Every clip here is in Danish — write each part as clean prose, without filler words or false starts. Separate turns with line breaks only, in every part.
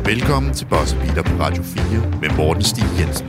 Velkommen til Buzzer Beater på Radio 4 med Morten Stig Jensen.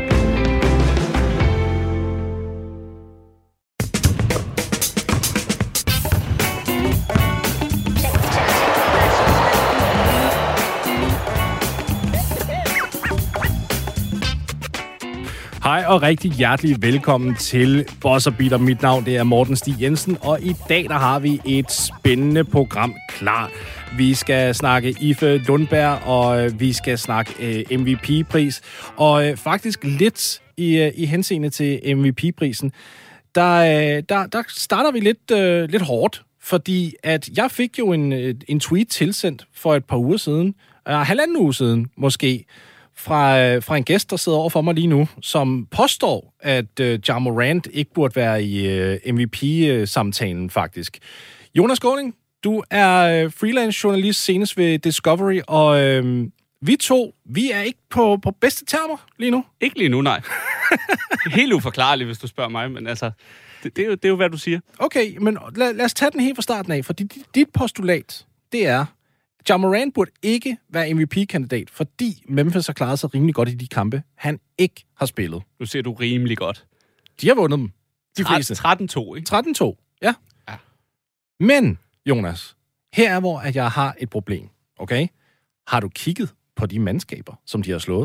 Hej og rigtig hjertelig velkommen til Buzzer Beater. Mit navn det er Morten Stig Jensen, og i dag der har vi et spændende program klar. Vi skal snakke Ife Lundberg, og vi skal snakke MVP-pris. Og faktisk lidt i henseende til MVP-prisen, der starter vi lidt hårdt, fordi at jeg fik jo en tweet tilsendt for et par uger siden, halvanden uge siden måske, fra en gæst, der sidder over for mig lige nu, som påstår, at Ja Morant ikke burde være i MVP-samtalen faktisk. Jonas Skåning, du er freelance journalist senest ved Discovery, og vi er ikke på bedste termer lige nu.
Ikke lige nu, nej. Helt uforklarligt, hvis du spørger mig, men altså, det er jo, hvad du siger.
Okay, men lad os tage den helt fra starten af, for dit postulat, det er, Ja Morant burde ikke være MVP-kandidat, fordi Memphis har klaret sig rimelig godt i de kampe, han ikke har spillet.
Nu ser du rimelig godt.
De har vundet dem. De fleste.
13-2, ikke?
13-2, ja. Men, Jonas, her er, hvor at jeg har et problem, okay? Har du kigget på de mandskaber, som de har slået?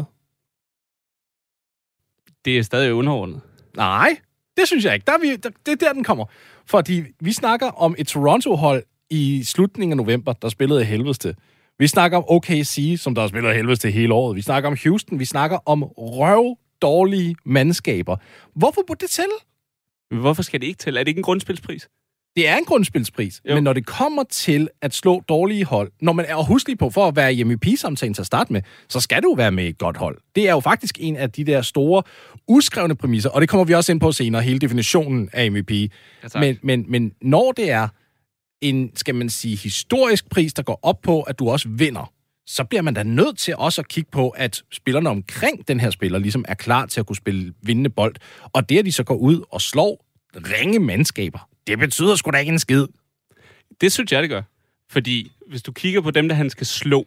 Det er stadig underordnet.
Nej, det synes jeg ikke. Det er der, den kommer. Fordi vi snakker om et Toronto-hold i slutningen af november, der spillede helvedes til. Vi snakker om OKC, som der har spillet helvedes til hele året. Vi snakker om Houston. Vi snakker om røvdårlige mandskaber. Hvorfor burde det tælle?
Hvorfor skal det ikke tælle? Er det ikke en grundspilspris?
Det er en grundspilspris, men når det kommer til at slå dårlige hold, når man er huskelig på for at være i MVP-samtalen til at starte med, så skal du være med i et godt hold. Det er jo faktisk en af de der store, uskrevne præmisser, og det kommer vi også ind på senere, hele definitionen af MVP. Ja, men når det er en, skal man sige, historisk pris, der går op på, at du også vinder, så bliver man da nødt til også at kigge på, at spillerne omkring den her spiller ligesom er klar til at kunne spille vindende bold. Og det, at de så går ud og slår ringe mandskaber, det betyder sgu da ikke en skid.
Det synes jeg, det gør. Fordi hvis du kigger på dem, der han skal slå,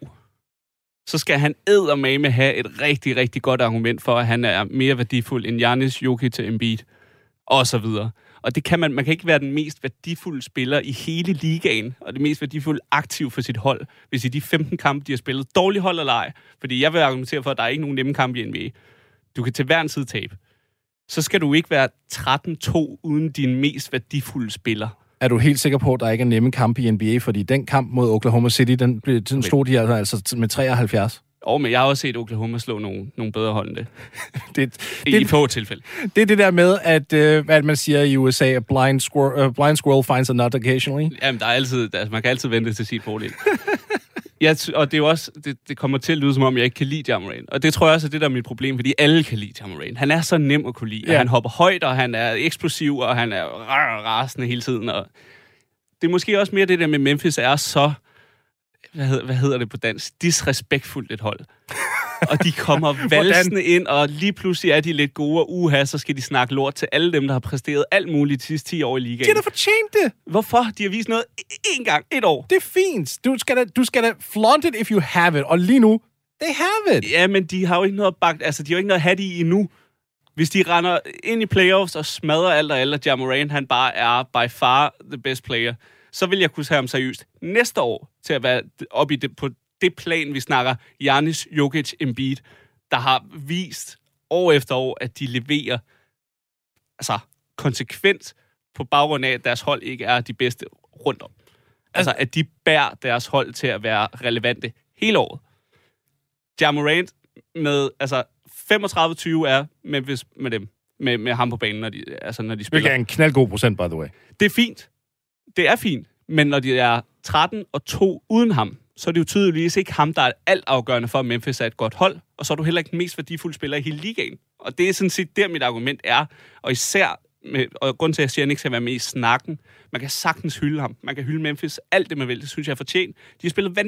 så skal han eddermame have et rigtig, rigtig godt argument for, at han er mere værdifuld end Giannis, Jokic, Embiid og så videre. Og det kan man kan ikke være den mest værdifulde spiller i hele ligaen, og det mest værdifulde aktiv for sit hold, hvis i de 15 kampe, de har spillet dårligt hold eller ej. Fordi jeg vil argumentere for, at der er ikke nogen nemme kampe i NBA. Du kan til hver en side tabe. Så skal du ikke være 13-2 uden din mest værdifulde spiller.
Er du helt sikker på, at der ikke er nemme kampe i NBA? Fordi den kamp mod Oklahoma City, den slog de altså med 73.
Men jeg har også set Oklahoma slå nogle bedre hold end det. I få tilfælde.
Det er det der med, at hvad man siger i USA, a blind squirrel finds a nut occasionally.
Jamen, der er altid, man kan altid vente til sit fordel. Ja, og det er jo også, det kommer til at lyde, som om jeg ikke kan lide Ja Morant. Og det tror jeg også er det, der er mit problem, fordi alle kan lide Ja Morant. Han er så nem at kunne lide. Ja. Han hopper højt, og han er eksplosiv, og han er rasende hele tiden. Og det er måske også mere det der med Memphis er så, hvad hedder det på dansk, disrespektfuldt et hold. Og de kommer valsende ind, og lige pludselig er de lidt gode, og så skal de snakke lort til alle dem, der har præsteret alt muligt de sidste 10 år i ligaen.
De har da fortjent det!
Hvorfor? De har vist noget én gang, et år.
Det er fint. Du skal da flaunt it if you have it. Og lige nu, they have it.
Ja, men de har jo ikke noget bagt, altså de har jo ikke noget at have det i endnu. Hvis de render ind i playoffs og smadrer alt og alle, og Ja Morant, han bare er by far the best player, så vil jeg kunne have ham seriøst næste år til at være oppe på det plan, vi snakker Giannis, Jokic, Embiid, der har vist år efter år, at de leverer altså konsekvent på baggrund af, at deres hold ikke er de bedste rundt om. Altså, at de bærer deres hold til at være relevante hele året. Ja Morant med, altså 35-20 er Memphis med dem, med ham på banen, når de spiller.
Hvilket er en knaldgod procent, by the way.
Det er fint. Det er fint. Men når de er 13-2 uden ham, så er det jo tydeligvis ikke ham, der er altafgørende for, at Memphis er et godt hold, og så er du heller ikke den mest værdifulde spiller i hele ligaen. Og det er sådan set der, mit argument er, og især, og grund til, at jeg siger, at han ikke skal være med i snakken, man kan sagtens hylde ham. Man kan hylde Memphis, alt det man vil, det synes jeg er fortjent. De har spillet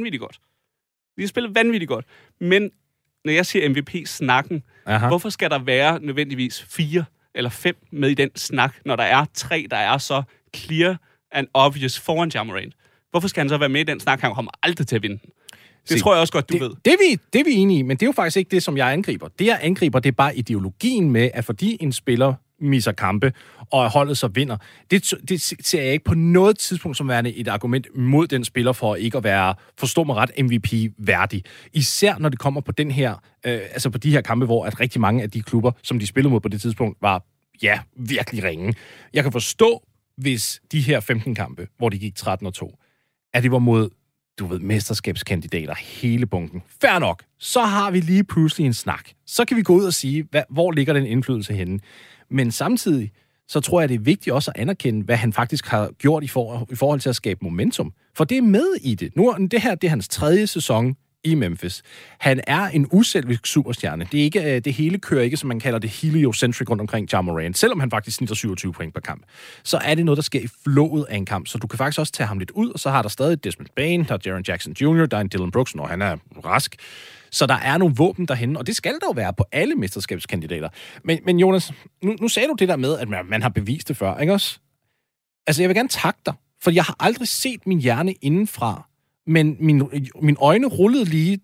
vanvittigt godt. Men når jeg siger MVP-snakken, hvorfor skal der være nødvendigvis 4 eller 5 med i den snak, når der er 3, der er så clear and obvious foran Ja Morant? Hvorfor skal han så være med i den snak? Han kommer aldrig til at vinde den. Det tror jeg også godt, du ved.
Det er vi enige i, men det er jo faktisk ikke det, som jeg angriber. Det, jeg angriber, det er bare ideologien med, at fordi en spiller misser kampe, og holdet så vinder, det ser jeg ikke på noget tidspunkt som værende et argument mod den spiller for ikke at være, forstå mig ret, MVP-værdig. Især når det kommer på den her, altså på de her kampe, hvor at rigtig mange af de klubber, som de spillede mod på det tidspunkt, var, ja, virkelig ringe. Jeg kan forstå, hvis de her 15 kampe, hvor de gik 13-2, at det var mod, du ved, mesterskabskandidater, hele bunken. Fair nok. Så har vi lige pludselig en snak. Så kan vi gå ud og sige, hvor ligger den indflydelse henne. Men samtidig, så tror jeg, det er vigtigt også at anerkende, hvad han faktisk har gjort i forhold til at skabe momentum. For det er med i det. Nu, det her, det er hans 3. sæson i Memphis. Han er en uselvisk superstjerne. Det er ikke, det hele kører ikke, som man kalder det, heliocentric rundt omkring Ja Morant. Selvom han faktisk snitter 27 point per kamp, så er det noget, der sker i flowet af en kamp. Så du kan faktisk også tage ham lidt ud, og så har der stadig Desmond Bane, der er Jaren Jackson Jr., der er en Dylan Brooks, når han er rask. Så der er nogle våben derhenne, og det skal der jo være på alle mesterskabskandidater. Men Jonas, nu sagde du det der med, at man har bevist det før, ikke også? Altså, jeg vil gerne takke dig, for jeg har aldrig set min hjerne indenfra, men mine øjne rullede lige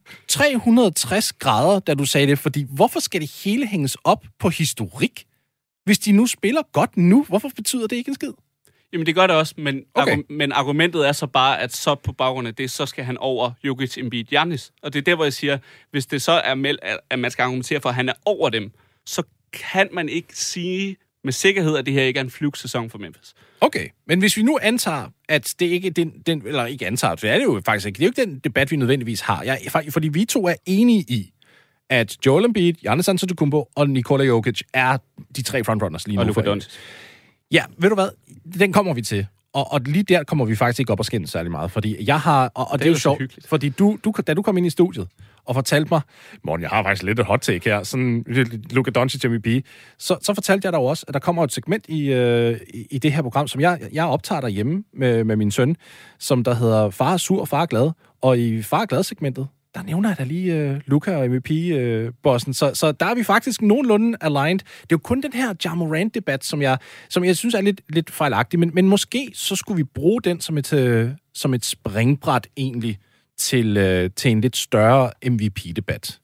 360 grader, da du sagde det, fordi hvorfor skal det hele hænges op på historik? Hvis de nu spiller godt nu, hvorfor betyder det ikke en skid?
Jamen, det gør det også, men,
okay.
Men argumentet er så bare, at så på baggrund af det, så skal han over Jokic, Embiid, Giannis. Og det er der, hvor jeg siger, hvis det så er meldt, at man skal argumentere for, at han er over dem, så kan man ikke sige med sikkerhed, at det her ikke er en flugsæson for Memphis.
Okay, men hvis vi nu antager, at det ikke er den eller ikke antager, for det er det jo faktisk ikke, det er jo ikke den debat, vi nødvendigvis har. Fordi vi to er enige i, at Joel Embiid, Giannis Antetokounmpo og Nikola Jokic er de 3 frontrunners lige nu.
Og Luka Doncic.
Ja, ved du hvad? Den kommer vi til. Og lige der kommer vi faktisk ikke op og skændes særlig meget, fordi jeg har... Og det er jo sjovt, fordi da du kom ind i studiet og fortalte mig, Morten, jeg har faktisk lidt et hot take her, sådan Luka Doncic MVP, så fortalte jeg dig også, at der kommer et segment i det her program, som jeg optager derhjemme med min søn, som der hedder Far er sur, far er glad. Og i Far er glad-segmentet, der nævner jeg da lige Luka og MVP-bossen. Så der er vi faktisk nogenlunde aligned. Det er jo kun den her Ja Morant-debat, som jeg synes er lidt fejlagtig, men måske så skulle vi bruge den som et springbræt egentlig til en lidt større MVP-debat.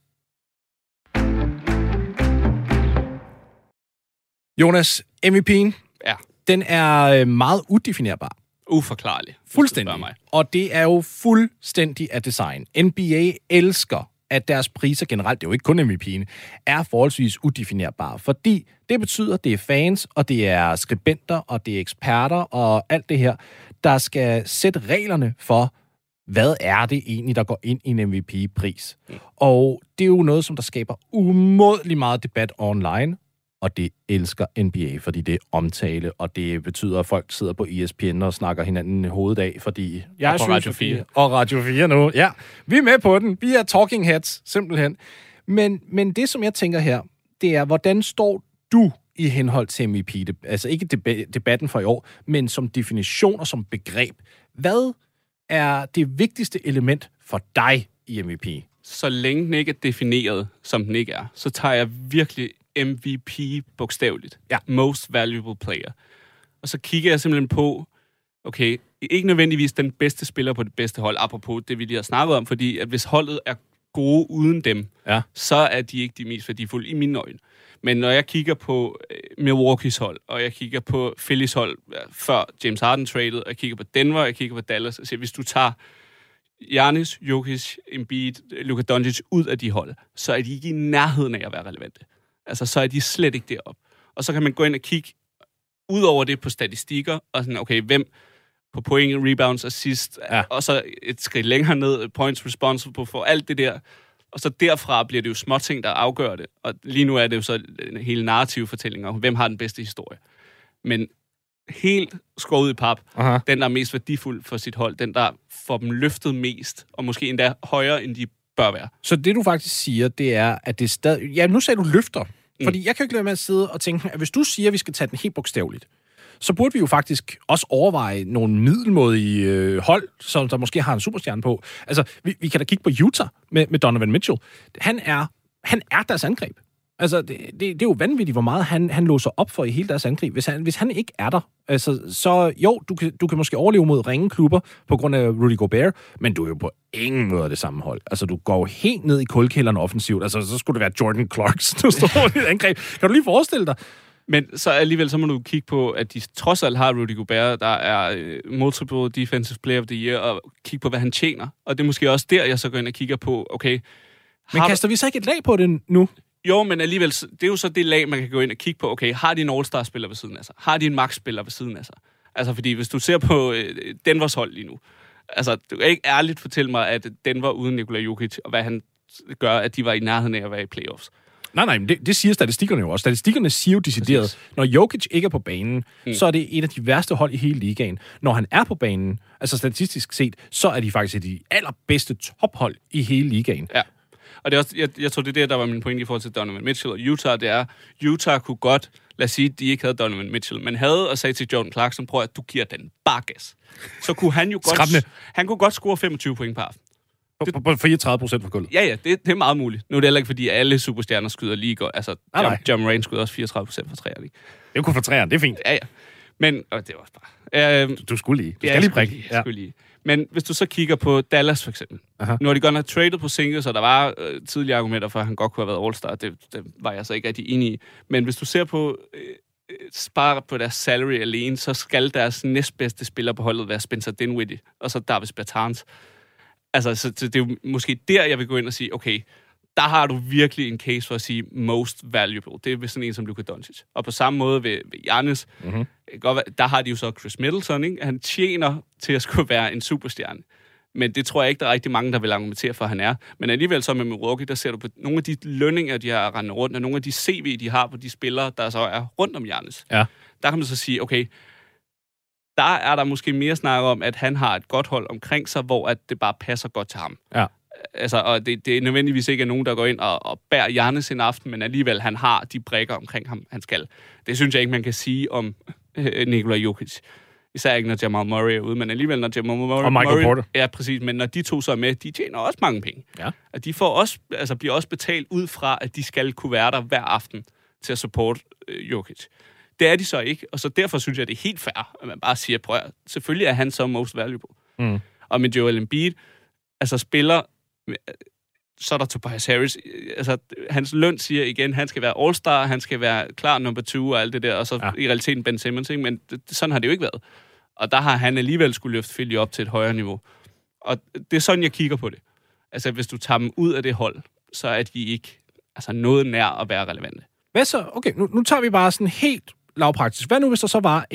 Jonas, MVP'en,
ja.
Den er meget udefinerbar.
Uforklarlig.
Fuldstændig. Og det er jo fuldstændig af design. NBA elsker, at deres priser generelt, det er jo ikke kun MVP'en, er forholdsvis udefinerbare. Fordi det betyder, at det er fans, og det er skribenter, og det er eksperter, og alt det her, der skal sætte reglerne for, hvad er det egentlig, der går ind i en MVP-pris. Og det er jo noget, som der skaber umådelig meget debat online, og det elsker NBA, fordi det er omtale, og det betyder, at folk sidder på ESPN og snakker hinanden hovedet af, fordi jeg
og på Radio 4.
Og Radio 4 nu. Ja, vi er med på den. Vi er talking heads, simpelthen. Men det, som jeg tænker her, det er, hvordan står du i henhold til MVP? Altså ikke debatten for i år, men som definition og som begreb. Hvad er det vigtigste element for dig i MVP?
Så længe den ikke er defineret, som den ikke er, så tager jeg virkelig MVP bogstaveligt.
Ja.
Most valuable player. Og så kigger jeg simpelthen på, okay, ikke nødvendigvis den bedste spiller på det bedste hold, apropos det, vi lige har snakket om, fordi at hvis holdet er gode uden dem, så er de ikke de mest værdifulde i mine øjne. Men når jeg kigger på Milwaukees hold, og jeg kigger på Phillies hold, før James Harden traded, og jeg kigger på Denver, jeg kigger på Dallas, og siger, hvis du tager Giannis, Jokic, Embiid, Luka Doncic ud af de hold, så er de ikke i nærheden af at være relevante. Altså, så er de slet ikke deroppe. Og så kan man gå ind og kigge ud over det på statistikker, og sådan, okay, hvem på point, rebounds, assist, og så et skridt længere ned, points responsible for alt det der. Og så derfra bliver det jo småting, der afgør det. Og lige nu er det jo så en hele narrativ fortælling om, hvem har den bedste historie. Men helt skåret ud i pap, den, der er mest værdifuld for sit hold, den, der får dem løftet mest, og måske endda højere, end de bør være.
Så det, du faktisk siger, det er, at det stadig... Ja, nu sagde du løfter. Fordi jeg kan ikke lade med at sidde og tænke, at hvis du siger, at vi skal tage den helt bogstaveligt, så burde vi jo faktisk også overveje nogle middelmådige hold, som der måske har en superstjerne på. Altså, vi kan da kigge på Utah med Donovan Mitchell. Han er deres angreb. Altså, det er jo vanvittigt, hvor meget han låser op for i hele deres angreb. Hvis han ikke er der, altså, så jo, du kan måske overleve mod ringe klubber på grund af Rudy Gobert, men du er jo på ingen måde det samme hold. Altså, du går jo helt ned i kulkælderen offensivt. Altså, så skulle det være Jordan Clarkson, der står i et angreb. Kan du lige forestille dig?
Men så alligevel, så må du kigge på, at de trods alt har Rudy Gobert, der er multiple defensive player of the year, og kigge på, hvad han tjener. Og det er måske også der, jeg så går ind og kigger på, okay...
Men kaster vi så ikke et lag på det nu?
Jo, men alligevel, det er jo så det lag, man kan gå ind og kigge på, okay, har de en All-Star-spiller ved siden af sig? Har de en max-spiller ved siden af sig? Altså, fordi hvis du ser på Denvers hold lige nu, altså, du kan ikke ærligt fortælle mig, at Denver uden Nikola Jokic, og hvad han gør, at de var i nærheden af at være i playoffs.
Nej, men det siger statistikkerne jo også. Statistikkerne siger jo decideret, når Jokic ikke er på banen, så er det et af de værste hold i hele ligaen. Når han er på banen, altså statistisk set, så er de faktisk de allerbedste tophold i hele ligaen.
Ja. Og det er også, jeg tror, det er der var min pointe i forhold til Donovan Mitchell og Utah, det er, Utah kunne godt, lad os sige, at de ikke havde Donovan Mitchell, men havde og sagde til Jordan Clarkson, prøv at du giver den bare gas. Så kunne han jo godt, han kunne godt score 25 point per aften.
På 34% for gulvet.
Ja, det er meget muligt. Nu er det heller ikke, fordi alle superstjerner skyder lige godt. Altså, John Moran skyder også 34% for træerne.
Det er jo kun for træerne, det er fint.
Ja. Men, det var også bare...
du skulle lige. Du skal lige prikke.
Jeg skulle lige. Men hvis du så kigger på Dallas for eksempel. Aha. Nu har de godt nok traded på Singles, så der var tidligere argumenter for, at han godt kunne have været All-Star. Det var jeg så ikke rigtig enig i. Men hvis du ser på spare på deres salary alene, så skal deres næstbedste spiller på holdet være Spencer Dinwiddie, og så Davis Bertans. Altså, så det er jo måske der, jeg vil gå ind og sige, okay, der har du virkelig en case for at sige most valuable. Det er ved sådan en som Luka Doncic. Og på samme måde ved Giannis, der har de jo så Chris Middleton, ikke? Han tjener til at skulle være en superstjerne. Men det tror jeg ikke, der er rigtig mange, der vil argumentere for, at han er. Men alligevel så med Milwaukee, der ser du på nogle af de lønninger, de har rendt rundt, og nogle af de CV, de har på de spillere, der så er rundt om Giannis. Ja. Der kan man så sige, okay, der er der måske mere snak om, at han har et godt hold omkring sig, hvor at det bare passer godt til ham. Ja. Altså, og det er nødvendigvis ikke nogen, der går ind og bærer Giannis en aften, men alligevel, han har de brikker omkring ham, han skal. Det synes jeg ikke, man kan sige om Nikola Jokic. Især ikke, når Jamal Murray er ude, men alligevel, når Jamal Murray...
Og Michael Porter.
Ja, præcis, men når de to så er med, de tjener også mange penge. Ja. Og de får også, altså, bliver også betalt ud fra, at de skal kunne være der hver aften til at supporte Jokic. Det er de så ikke, og så derfor synes jeg, det er helt fair, at man bare siger, prøv at, selvfølgelig er han så most valuable. Og med Joel Embiid, altså spiller... Så er der Tobias Harris. Altså, hans løn siger igen, han skal være all-star, han skal være klar number 2 og alt det der, og så i realiteten Ben Simmons, ikke? Men sådan har det jo ikke været. Og der har han alligevel skulle løfte Philly op til et højere niveau. Og det er sådan, jeg kigger på det. Altså, hvis du tager dem ud af det hold, så er de ikke noget nær at være relevante.
Hvad så? Okay, nu tager vi bare sådan helt lavpraktisk. Hvad nu, hvis der så var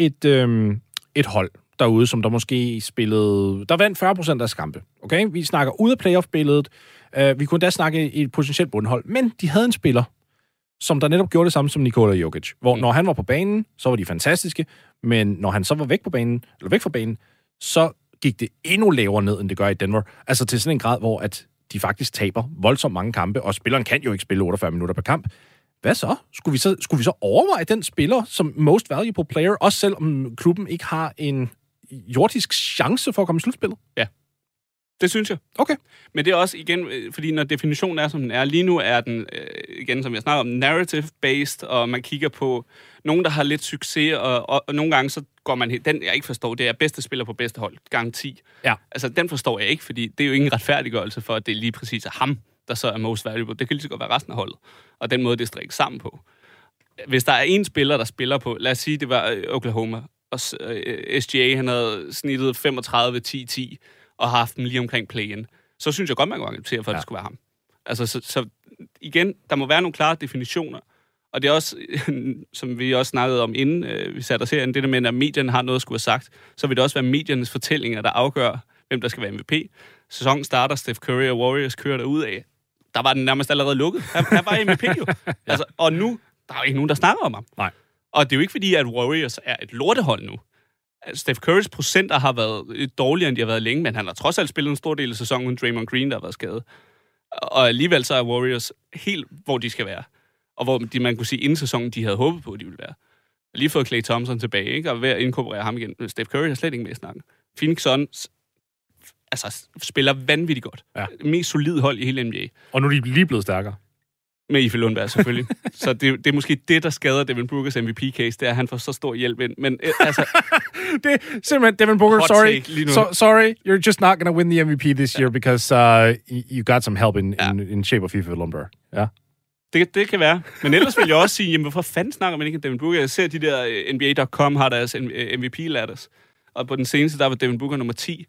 et hold derude, som der måske spillede... Der vandt 40% af deres kampe. Okay? Vi snakker ud af playoff-billedet. Vi kunne da snakke i et potentielt bundhold. Men de havde en spiller, som der netop gjorde det samme som Nikola Jokic. Hvor når han var på banen, så var de fantastiske. Men når han så var væk fra banen, så gik det endnu lavere ned, end det gør i Denver. Altså til sådan en grad, hvor at de faktisk taber voldsomt mange kampe, og spilleren kan jo ikke spille 48 minutter per kamp. Hvad så? Skulle vi så overveje den spiller som most valuable player, også selvom klubben ikke har en jordisk chance for at komme i slutspillet?
Ja, det synes jeg.
Okay.
Men det er også igen, fordi når definitionen er, som den er, lige nu er den, igen som jeg snakker om, narrative-based, og man kigger på nogen, der har lidt succes, og nogle gange så går man den jeg ikke forstår, det er bedste spiller på bedste hold, garanti. Ja. Altså, den forstår jeg ikke, fordi det er jo ingen retfærdiggørelse for, at det lige præcis er ham, der så er most valuable. Det kan lige så godt være resten af holdet. Og den måde, det strikker sammen på. Hvis der er en spiller, der spiller på, lad os sige, det var Oklahoma, og SGA, han havde snittet 35-10-10, og har haft dem lige omkring play-in, så synes jeg godt, man kan acceptere for, at det skulle være ham. Altså, så igen, der må være nogle klare definitioner. Og det er også, som vi også snakkede om inden vi satte os herinde, det der med, at medierne har noget at skulle have sagt, så vil det også være mediernes fortællinger, der afgør, hvem der skal være MVP. Sæsonen starter, Steph Curry og Warriors kører derud af. Der var den nærmest allerede lukket. Han var MVP jo. Altså, og nu, der er jo ikke nogen, der snakker om ham.
Nej.
Og det er jo ikke fordi, at Warriors er et lortehold nu. Steph Currys procenter har været dårligere, end de har været længe, men han har trods alt spillet en stor del af sæsonen uden Draymond Green, der har været skadet. Og alligevel så er Warriors helt, hvor de skal være. Og hvor man kunne sige, inden sæsonen, de havde håbet på, at de ville være. Lige fået Klay Thompson tilbage, ikke? Og ved at inkorporere ham igen. Steph Curry har slet ikke med at snakke. Phoenix Suns spiller vanvittigt godt. Ja. Mest solid hold i hele NBA.
Og nu er de lige blevet stærkere.
Med Ife Lundberg, selvfølgelig. Så det er måske det, der skader Devin Bookers MVP-case, det er, at han får så stor hjælp ind. Men altså...
det er simpelthen, Devin Booker, sorry, you're just not going to win the MVP this year, because you got some help in shape of Ife Lundberg. Ja.
Det kan være. Men ellers vil jeg også sige, jamen, hvorfor fanden snakker man ikke om Devin Booker? Jeg ser, de der NBA.com har deres MVP-ladders. Og på den seneste, der var Devin Booker nummer 10.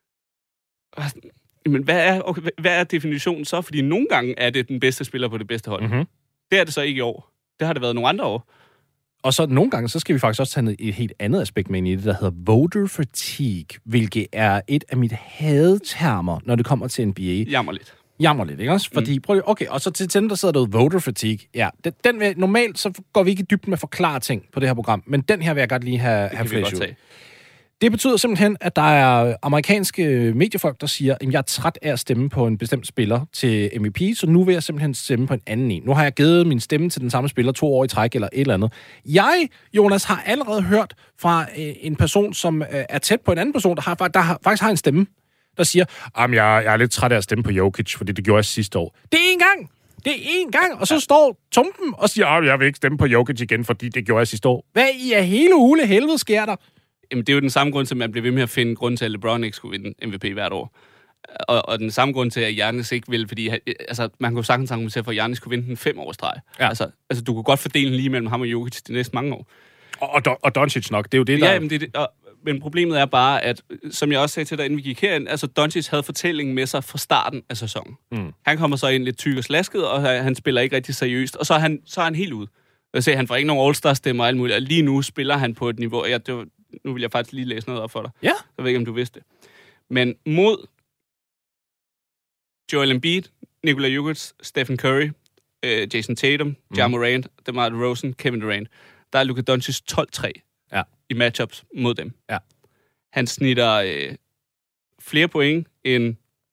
Men hvad er definitionen så? Fordi nogle gange er det den bedste spiller på det bedste hold. Mm-hmm. Det er det så ikke i år. Det har det været nogle andre år.
Og så nogle gange, så skal vi faktisk også tage et helt andet aspekt med ind i det, der hedder voter fatigue, hvilket er et af mit hadetermer, når det kommer til NBA. Jammerligt, ikke også? Fordi, okay, og så til dem, der sidder derude, voter fatigue. Ja, normalt så går vi ikke i dybden med at forklare ting på det her program, men den her vil jeg godt lige have flash ud. Det betyder simpelthen, at der er amerikanske mediefolk, der siger, at jeg er træt af at stemme på en bestemt spiller til MVP, så nu vil jeg simpelthen stemme på en anden en. Nu har jeg givet min stemme til den samme spiller 2 år i træk eller et eller andet. Jeg, Jonas, har allerede hørt fra en person, som er tæt på en anden person, der faktisk har en stemme, der siger, at jeg er lidt træt af at stemme på Jokic, fordi det gjorde jeg sidste år. Det er én gang! Og så står Tumpen og siger, at jeg vil ikke stemme på Jokic igen, fordi det gjorde jeg sidste år. Hvad i hele helvede sker der?
Jamen, det er jo den samme grund til, at man bliver ved med at finde grund til, at LeBron ikke skulle vinde MVP hvert år. Og den samme grund til, at Giannis ikke vil, fordi man kunne sagtens argumentere for, at Giannis kunne vinde den 5 års streg. Ja. Altså, du kunne godt fordele den lige mellem ham og Jokic de næste mange år.
Og Doncic nok, det er jo det, der...
Ja, men problemet er bare, at, som jeg også sagde til dig, inden vi gik herind, altså Doncic havde fortællingen med sig fra starten af sæsonen. Mm. Han kommer så ind lidt tyk og slasket, og han spiller ikke rigtig seriøst, og så er han helt ude. Jeg ser, han får ikke nogen All-Star-stemmer og alt muligt, og lige nu spiller han på et niveau... Nu vil jeg faktisk lige læse noget op for dig.
Ja.
Jeg ved ikke, om du vidste det. Men mod Joel Embiid, Nikola Jokic, Stephen Curry, Jason Tatum, Ja Morant, DeMar DeRozan, Kevin Durant, der er Luka Doncic 12-3 i matchups mod dem.
Ja.
Han snitter flere point end...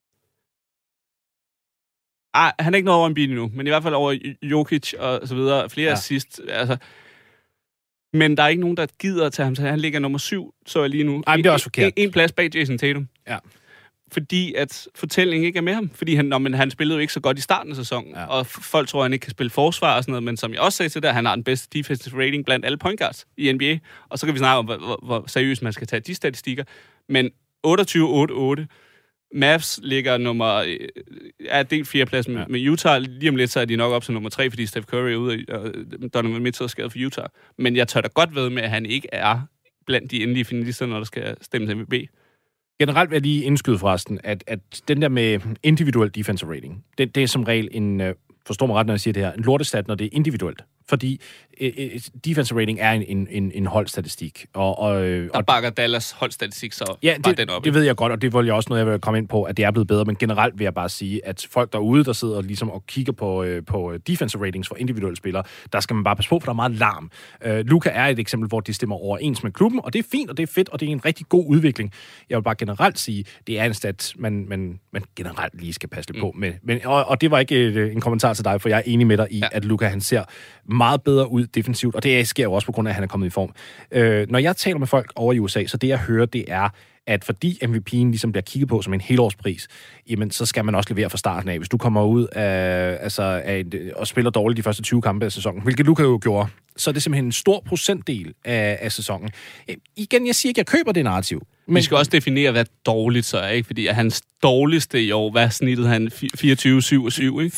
han er ikke noget over Embiid endnu, men i hvert fald over Jokic og så videre. Flere assist. Altså... Men der er ikke nogen, der gider at tage ham. Så han ligger nummer 7, så jeg lige nu.
Ej, men det er også forkert.
En plads bag Jason Tatum.
Ja.
Fordi at fortællingen ikke er med ham. Fordi han spillede jo ikke så godt i starten af sæsonen. Ja. Og folk tror, at han ikke kan spille forsvar og sådan noget. Men som jeg også sagde til dig, han har den bedste defensive rating blandt alle point guards i NBA. Og så kan vi snakke om, hvor seriøst man skal tage de statistikker. Men 28-8-8. Mavs ligger delt 4. plads med Utah. Lige om lidt, så er de nok op til nummer 3, fordi Steph Curry er ude, og Donovan Mitchell er skadet for Utah. Men jeg tør da godt ved med, at han ikke er blandt de endelige finalister, når der skal stemmes MVP.
Generelt vil jeg lige indskyde forresten, at den der med individuel defensive rating, det er som regel en, forstår mig ret, når jeg siger det her, en lortestat, når det er individuelt. Fordi defensive rating er en holdstatistik.
Der bakker Dallas holdstatistik så den op.
Det ved jeg godt, og det var jo også noget, jeg vil komme ind på, at det er blevet bedre. Men generelt vil jeg bare sige, at folk derude, der sidder ligesom og kigger på defensive ratings for individuelle spillere, der skal man bare passe på, for der er meget larm. Luka er et eksempel, hvor de stemmer overens med klubben, og det er fint, og det er fedt, og det er en rigtig god udvikling. Jeg vil bare generelt sige, det er en stat, man generelt lige skal passe lidt på med. Og det var ikke en kommentar til dig, for jeg er enig med dig i, at Luka, han ser meget bedre ud defensivt, og det sker jo også på grund af, at han er kommet i form. Når jeg taler med folk over i USA, så det jeg hører, det er, at fordi MVP'en ligesom bliver kigget på som en helårspris, jamen så skal man også levere fra starten af. Hvis du kommer ud og spiller dårligt de første 20 kampe af sæsonen, hvilket Luka jo gjorde, så er det simpelthen en stor procentdel af sæsonen. Igen, jeg siger ikke, jeg køber det narrativ.
Men vi skal også definere, hvad dårligt så er, ikke? Fordi hans dårligste i år, hvad snittede han? 24-7-7, ikke?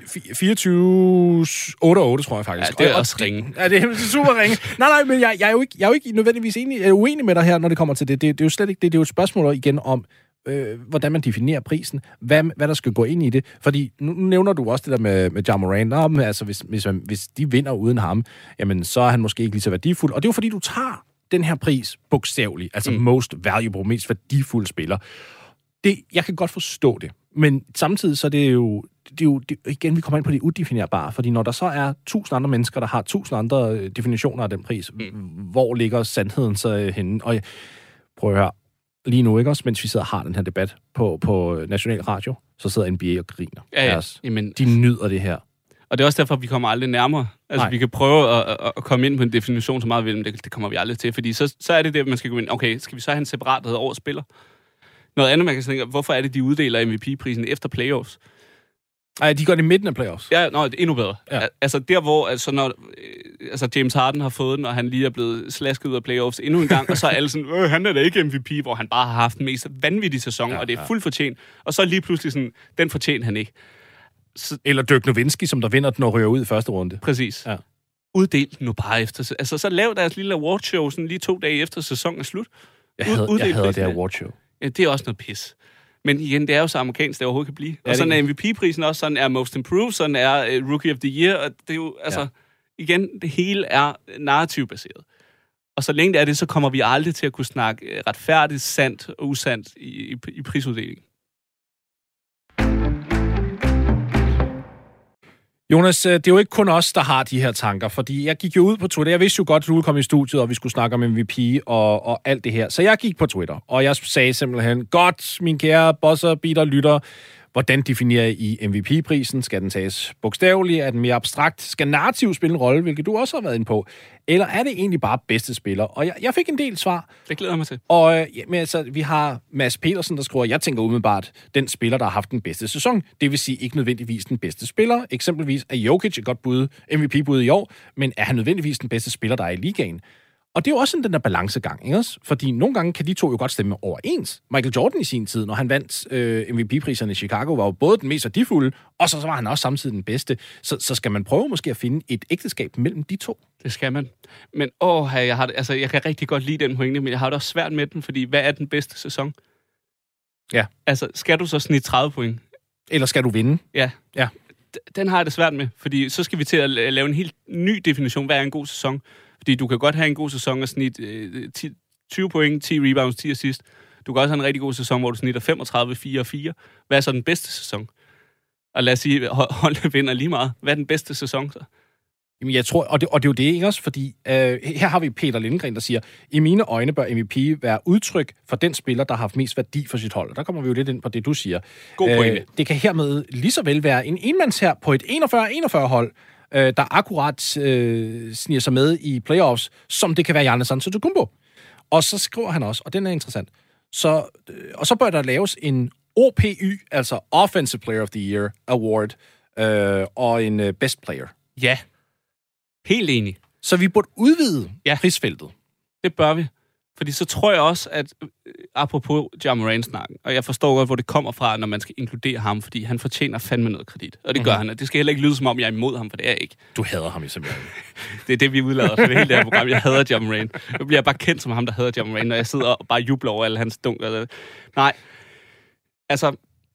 24-8-8, tror jeg faktisk.
Ja, det er også ringe.
Ja, det er super ringe. Nej, men jeg er jo ikke nødvendigvis uenig med dig her, når det kommer til det. Det er jo slet ikke det. Det er jo et spørgsmål igen om, hvordan man definerer prisen, hvad der skal gå ind i det. Fordi nu nævner du også det der med Ja Morant. Altså, hvis de vinder uden ham, jamen, så er han måske ikke lige så værdifuld. Og det er jo fordi, du tager den her pris bogstaveligt, altså most valuable, mest værdifulde spiller. Jeg kan godt forstå det, men samtidig så er det jo igen, vi kommer ind på det udefinerbare, fordi når der så er 1000 andre mennesker, der har 1000 andre definitioner af den pris, hvor ligger sandheden så henne? Og prøv at høre, lige nu, ikke også, mens vi sidder og har den her debat på National Radio, så sidder NBA og griner.
Ja.
De nyder det her.
Og det er også derfor, at vi kommer aldrig nærmere. Altså, vi kan prøve at komme ind på en definition så meget ved, men det kommer vi aldrig til, fordi så er det man skal gå ind. Okay, skal vi så have en separat, der hedder årets spiller? Noget andet, man kan tænke, hvorfor er det, de uddeler MVP-prisen efter playoffs?
Nej, de gør det i midten af playoffs.
Ja, endnu bedre.
Ja.
Altså der, hvor når James Harden har fået den, og han lige er blevet slasket ud af playoffs endnu en gang, og så er alle sådan, han er da ikke MVP, hvor han bare har haft den mest vanvittige sæson, og det er fuldt fortjent. Og så lige pludselig sådan, den fortjener han ikke.
Eller Dirk Nowitzki, som der vinder den og rører ud i første runde.
Præcis.
Ja.
Uddel nu bare efter. Altså, så lav deres lille awardshow sådan lige 2 dage efter sæsonen er slut.
Jeg hader det awardshow.
Ja, det er også noget pis. Men igen, det er jo så amerikansk, det overhovedet kan blive.
Ja,
og sådan er MVP-prisen også, sådan er Most Improved, sådan er Rookie of the Year, og det er jo, igen, det hele er narrativbaseret. Og så længe det er det, så kommer vi aldrig til at kunne snakke retfærdigt, sandt og usandt i prisuddelingen.
Jonas, det er jo ikke kun os, der har de her tanker, fordi jeg gik jo ud på Twitter. Jeg vidste jo godt, at du ville komme i studiet, og vi skulle snakke om MVP og alt det her. Så jeg gik på Twitter, og jeg sagde simpelthen, godt, min kære bosser, beater, lytter, hvordan definerer I MVP-prisen? Skal den tages bogstaveligt? Er den mere abstrakt? Skal narrativ spille en rolle, hvilket du også har været inde på? Eller er det egentlig bare bedste spiller? Og jeg fik en del svar.
Det glæder mig til.
Og men altså, vi har Mads Petersen, der skriver, jeg tænker umiddelbart, den spiller, der har haft den bedste sæson. Det vil sige ikke nødvendigvis den bedste spiller. Eksempelvis er Jokic et godt bud, MVP-bud i år, men er han nødvendigvis den bedste spiller, der er i ligaen? Og det er jo også sådan den der balancegang, ikke også? Fordi nogle gange kan de to jo godt stemme overens. Michael Jordan i sin tid, når han vandt MVP-priserne i Chicago, var jo både den mest værdifulde, og så var han også samtidig den bedste. Så skal man prøve måske at finde et ægteskab mellem de to.
Det skal man. Men jeg kan rigtig godt lide den pointe, men jeg har det også svært med den, fordi hvad er den bedste sæson?
Ja.
Altså, skal du så snit 30 point?
Eller skal du vinde?
Ja. Den har jeg det svært med, fordi så skal vi til at lave en helt ny definition. Hvad er en god sæson? Fordi du kan godt have en god sæson og snit 20 point, 10 rebounds, 10 assist. Du kan også have en rigtig god sæson, hvor du snitter 35, 4 og 4. Hvad er så den bedste sæson? Og lad os sige, holdet vinder lige meget. Hvad er den bedste sæson så?
Jamen, jeg tror, og det er jo det, ikke også? Fordi her har vi Peter Lindgren, der siger, i mine øjne bør MVP være udtryk for den spiller, der har haft mest værdi for sit hold. Og der kommer vi jo lidt ind på det, du siger.
God pointe.
Det kan hermed lige så vel være en enmandshær på et 41-41-hold, der akkurat sniger sig med i playoffs, som det kan være Giannis Antetokounmpo. Og så skriver han også, og den er interessant, så bør der laves en OPY, altså Offensive Player of the Year Award, og en Best Player.
Ja, helt enig.
Så vi burde udvide prisfeltet.
Det bør vi. Fordi så tror jeg også, at apropos Ja Morant-snakken, og jeg forstår godt, hvor det kommer fra, når man skal inkludere ham, fordi han fortjener fandme noget kredit. Og det gør han. Og det skal heller ikke lyde, som om jeg er imod ham, for det er jeg ikke.
Du hader ham jo simpelthen.
Det er det, vi udlader for det hele det her program. Jeg hader Ja Morant. Nu bliver jeg bare kendt som ham, der hader Ja Morant, når jeg sidder og bare jubler over alle hans dunker. Nej. Altså,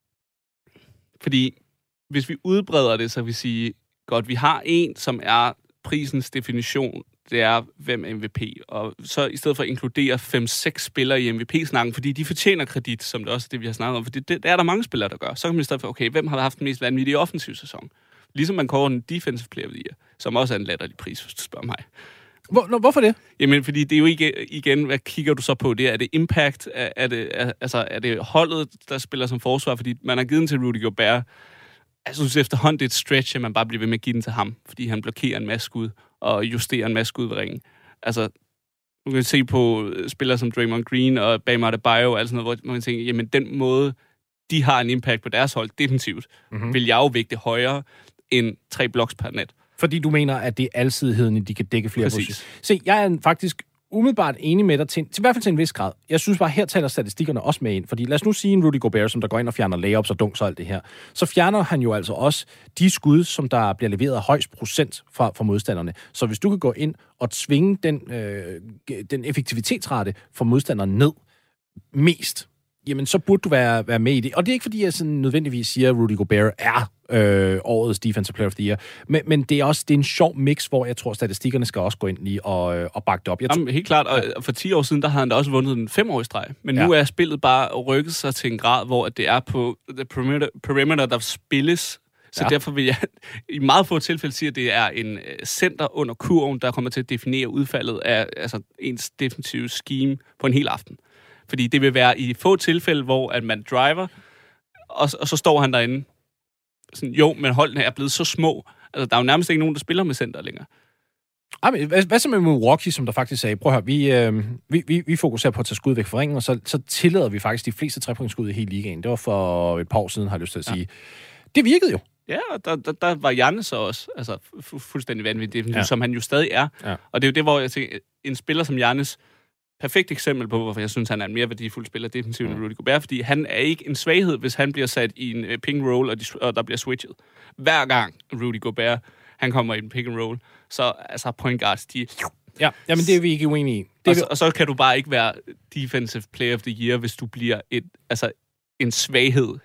fordi hvis vi udbreder det, så vil vi sige, godt, vi har en, som er prisens definition, det er, hvem er MVP. Og så i stedet for at inkludere 5-6 spillere i MVP-snakken, fordi de fortjener kredit, som det også er det, vi har snakket om. For det er der mange spillere, der gør. Så kan man i stedet for, okay, hvem har haft den mest vanvittige offensiv sæson? Ligesom man kårer en defensive player of the year, som også er en latterlig pris, hvis du spørger mig.
Hvorfor det?
Jamen, fordi det er jo igen, hvad kigger du så på? Er det impact? Er det holdet, der spiller som forsvar? Fordi man har givet den til Rudy Gobert. Jeg synes efterhånden, det er et stretch, at man bare bliver ved med at give den til ham, fordi han blokerer en masse skud og justerer en masse skud ved ringen. Altså, du kan se på spillere som Draymond Green og Bam Adebayo og alt sådan noget, hvor man tænker, jamen den måde, de har en impact på deres hold defensivt, vil jeg jo vægte højere end 3 blocks per net.
Fordi du mener, at det er alsidigheden, de kan dække flere positioner. Se, jeg er faktisk umiddelbart enig med dig til i hvert fald til en vis grad. Jeg synes bare, her taler statistikkerne også med ind. Fordi lad os nu sige en Rudy Gobert, som der går ind og fjerner layups og dunks og alt det her. Så fjerner han jo altså også de skud, som der bliver leveret højst procent fra modstanderne. Så hvis du kan gå ind og tvinge den effektivitetsrate for modstanderen ned mest, jamen så burde du være med i det. Og det er ikke fordi, jeg sådan nødvendigvis siger, at Rudy Gobert er årets Defensive Player of the Year. Men det er en sjov mix, hvor jeg tror, statistikkerne skal også gå ind lige og bakke det op.
Jamen, helt klart, og for 10 år siden, der havde han da også vundet en 5-årig streg. Men nu er spillet bare rykket sig til en grad, hvor det er på the perimeter, der spilles. Så derfor vil jeg i meget få tilfælde sige, at det er en center under kurven, der kommer til at definere udfaldet af ens defensive scheme på en hel aften. Fordi det vil være i få tilfælde, hvor at man driver, og så står han derinde. Sådan, jo, men holdene er blevet så små. Altså, der er jo nærmest ikke nogen, der spiller med center længere.
Hvad så med Milwaukee, som der faktisk sagde, prøv at høre, vi fokuserer på at tage skud væk fra ringen, og så tillader vi faktisk de fleste trepointsskud i hele ligaen. Det var for et par år siden, har jeg lyst til at sige. Det virkede jo.
Ja, og der var Giannis så også altså, fuldstændig vanvittig, som han jo stadig er. Ja. Og det er jo det, hvor jeg tænker, en spiller som Giannis, perfekt eksempel på, hvorfor jeg synes, han er en mere værdifuld spiller defensivt end Rudy Gobert, fordi han er ikke en svaghed, hvis han bliver sat i en pick and roll, og der bliver switchet. Hver gang Rudy Gobert, han kommer i en pick and roll, så altså point guards, de...
Ja, men det er vi ikke uenige i.
Og så kan du bare ikke være defensive player of the year, hvis du bliver en svaghed.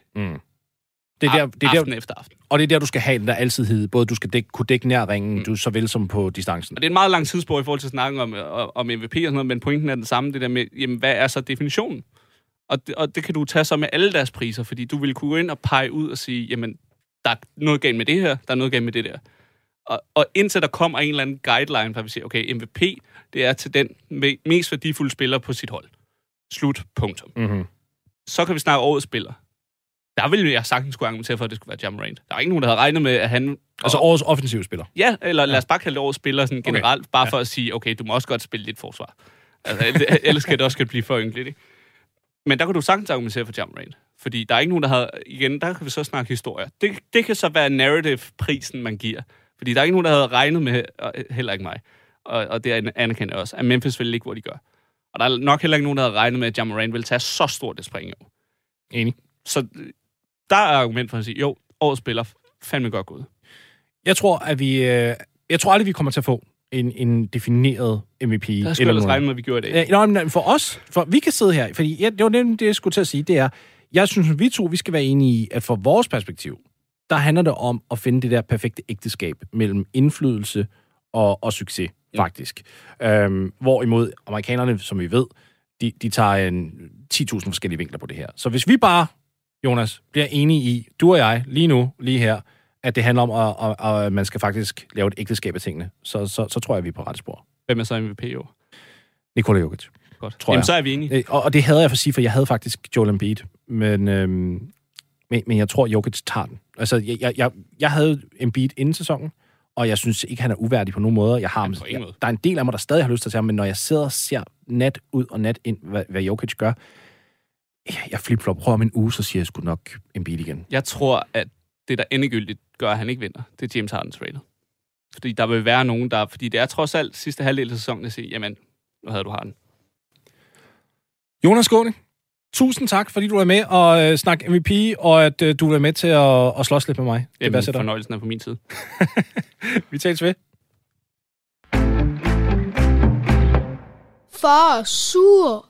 Det er
aften efter aften.
Og det er der, du skal have den der altidhed. Både du skal kunne dække nær ringen, du såvel som på distancen.
Og det er en meget lang tidsspor i forhold til at snakke om MVP og sådan noget, men pointen er den samme, det der med, jamen, hvad er så definitionen? Og det kan du tage så med alle deres priser, fordi du vil kunne gå ind og pege ud og sige, jamen, der er noget galt med det her, der er noget galt med det der. Og indtil der kommer en eller anden guideline, for at vi siger, okay, MVP, det er til den mest værdifulde spiller på sit hold. Slut, punktum. Mm-hmm. Så kan vi snakke årets spiller. Der ville jeg sagtens skulle argumentere for, at det skulle være Ja Morant. Der er ikke nogen, der havde regnet med, at han...
Altså årets offensive spiller?
Ja, eller lad os bare kalde det årets spiller sådan generelt, bare for at sige, okay, du må også godt spille lidt forsvar. Altså, ellers kan det også blive for ynkeligt, ikke? Men der kan du sagtens argumentere for Ja Morant. Fordi der er ikke nogen, der havde... Igen, der kan vi så snakke historier. Det kan så være narrative-prisen, man giver. Fordi der er ikke nogen, der havde regnet med, heller ikke mig, og det anerkender jeg også, at Memphis ville ligge, hvor de gør. Og der er nok heller ikke nogen, der havde regnet med, at Ja Morant ville tage så stort et spring. Jo.
Enig.
Så der er argument for at sige, jo, årets spiller fandme godt gået.
Jeg tror aldrig, vi kommer til at få en defineret MVP.
Der skulle ellers regne med, at vi gjorde det.
For os, for vi kan sidde her, fordi det var det, jeg skulle til at sige, det er, jeg synes, at vi skal være enige i, at fra vores perspektiv, der handler det om at finde det der perfekte ægteskab mellem indflydelse og succes, faktisk. Hvorimod amerikanerne, som vi ved, de tager 10.000 forskellige vinkler på det her. Så hvis vi bare, Jonas, bliver enige i, du og jeg, lige her, at det handler om, at man skal faktisk lave et ægteskab af tingene, så tror jeg, vi er på ret spor.
Hvem er så MVP i år?
Nikola Jokic.
Godt. Jamen, så er vi enige.
Og det havde jeg for at sige, for jeg havde faktisk Joel Embiid, men jeg tror, Jokic tager den. Altså, jeg havde Embiid inden sæsonen, og jeg synes ikke, han er uværdig på nogen måde. Der er en del af mig, der stadig har lyst til at tage ham, men når jeg sidder og ser nat ud og nat ind, hvad Jokic gør, jeg flip-flop, prøver om en uge, så siger jeg sgu nok Embiid igen.
Jeg tror, at det, der endegyldigt gør, at han ikke vinder, det er James Hardens rated. Fordi der vil være nogen, fordi det er trods alt sidste halvdel af sæsonen, at sige, jamen, nu havde du Harden.
Jonas Skåne, tusind tak, fordi du var med og snakke MVP, og at du var med til at slås lidt med mig.
Jamen, fornøjelsen er på min side.
Vi tales ved.
Far er sur.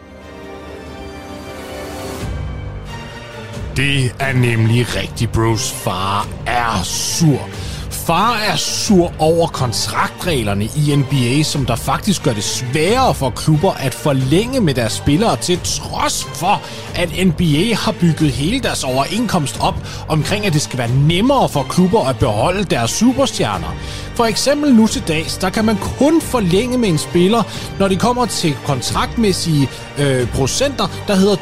Det er nemlig rigtigt, bros. Far er sur. Far er sur over kontraktreglerne i NBA, som der faktisk gør det sværere for klubber at forlænge med deres spillere, til trods for, at NBA har bygget hele deres overenskomst op omkring, at det skal være nemmere for klubber at beholde deres superstjerner. For eksempel nu til dags, der kan man kun forlænge med en spiller, når det kommer til kontraktmæssige procenter, der hedder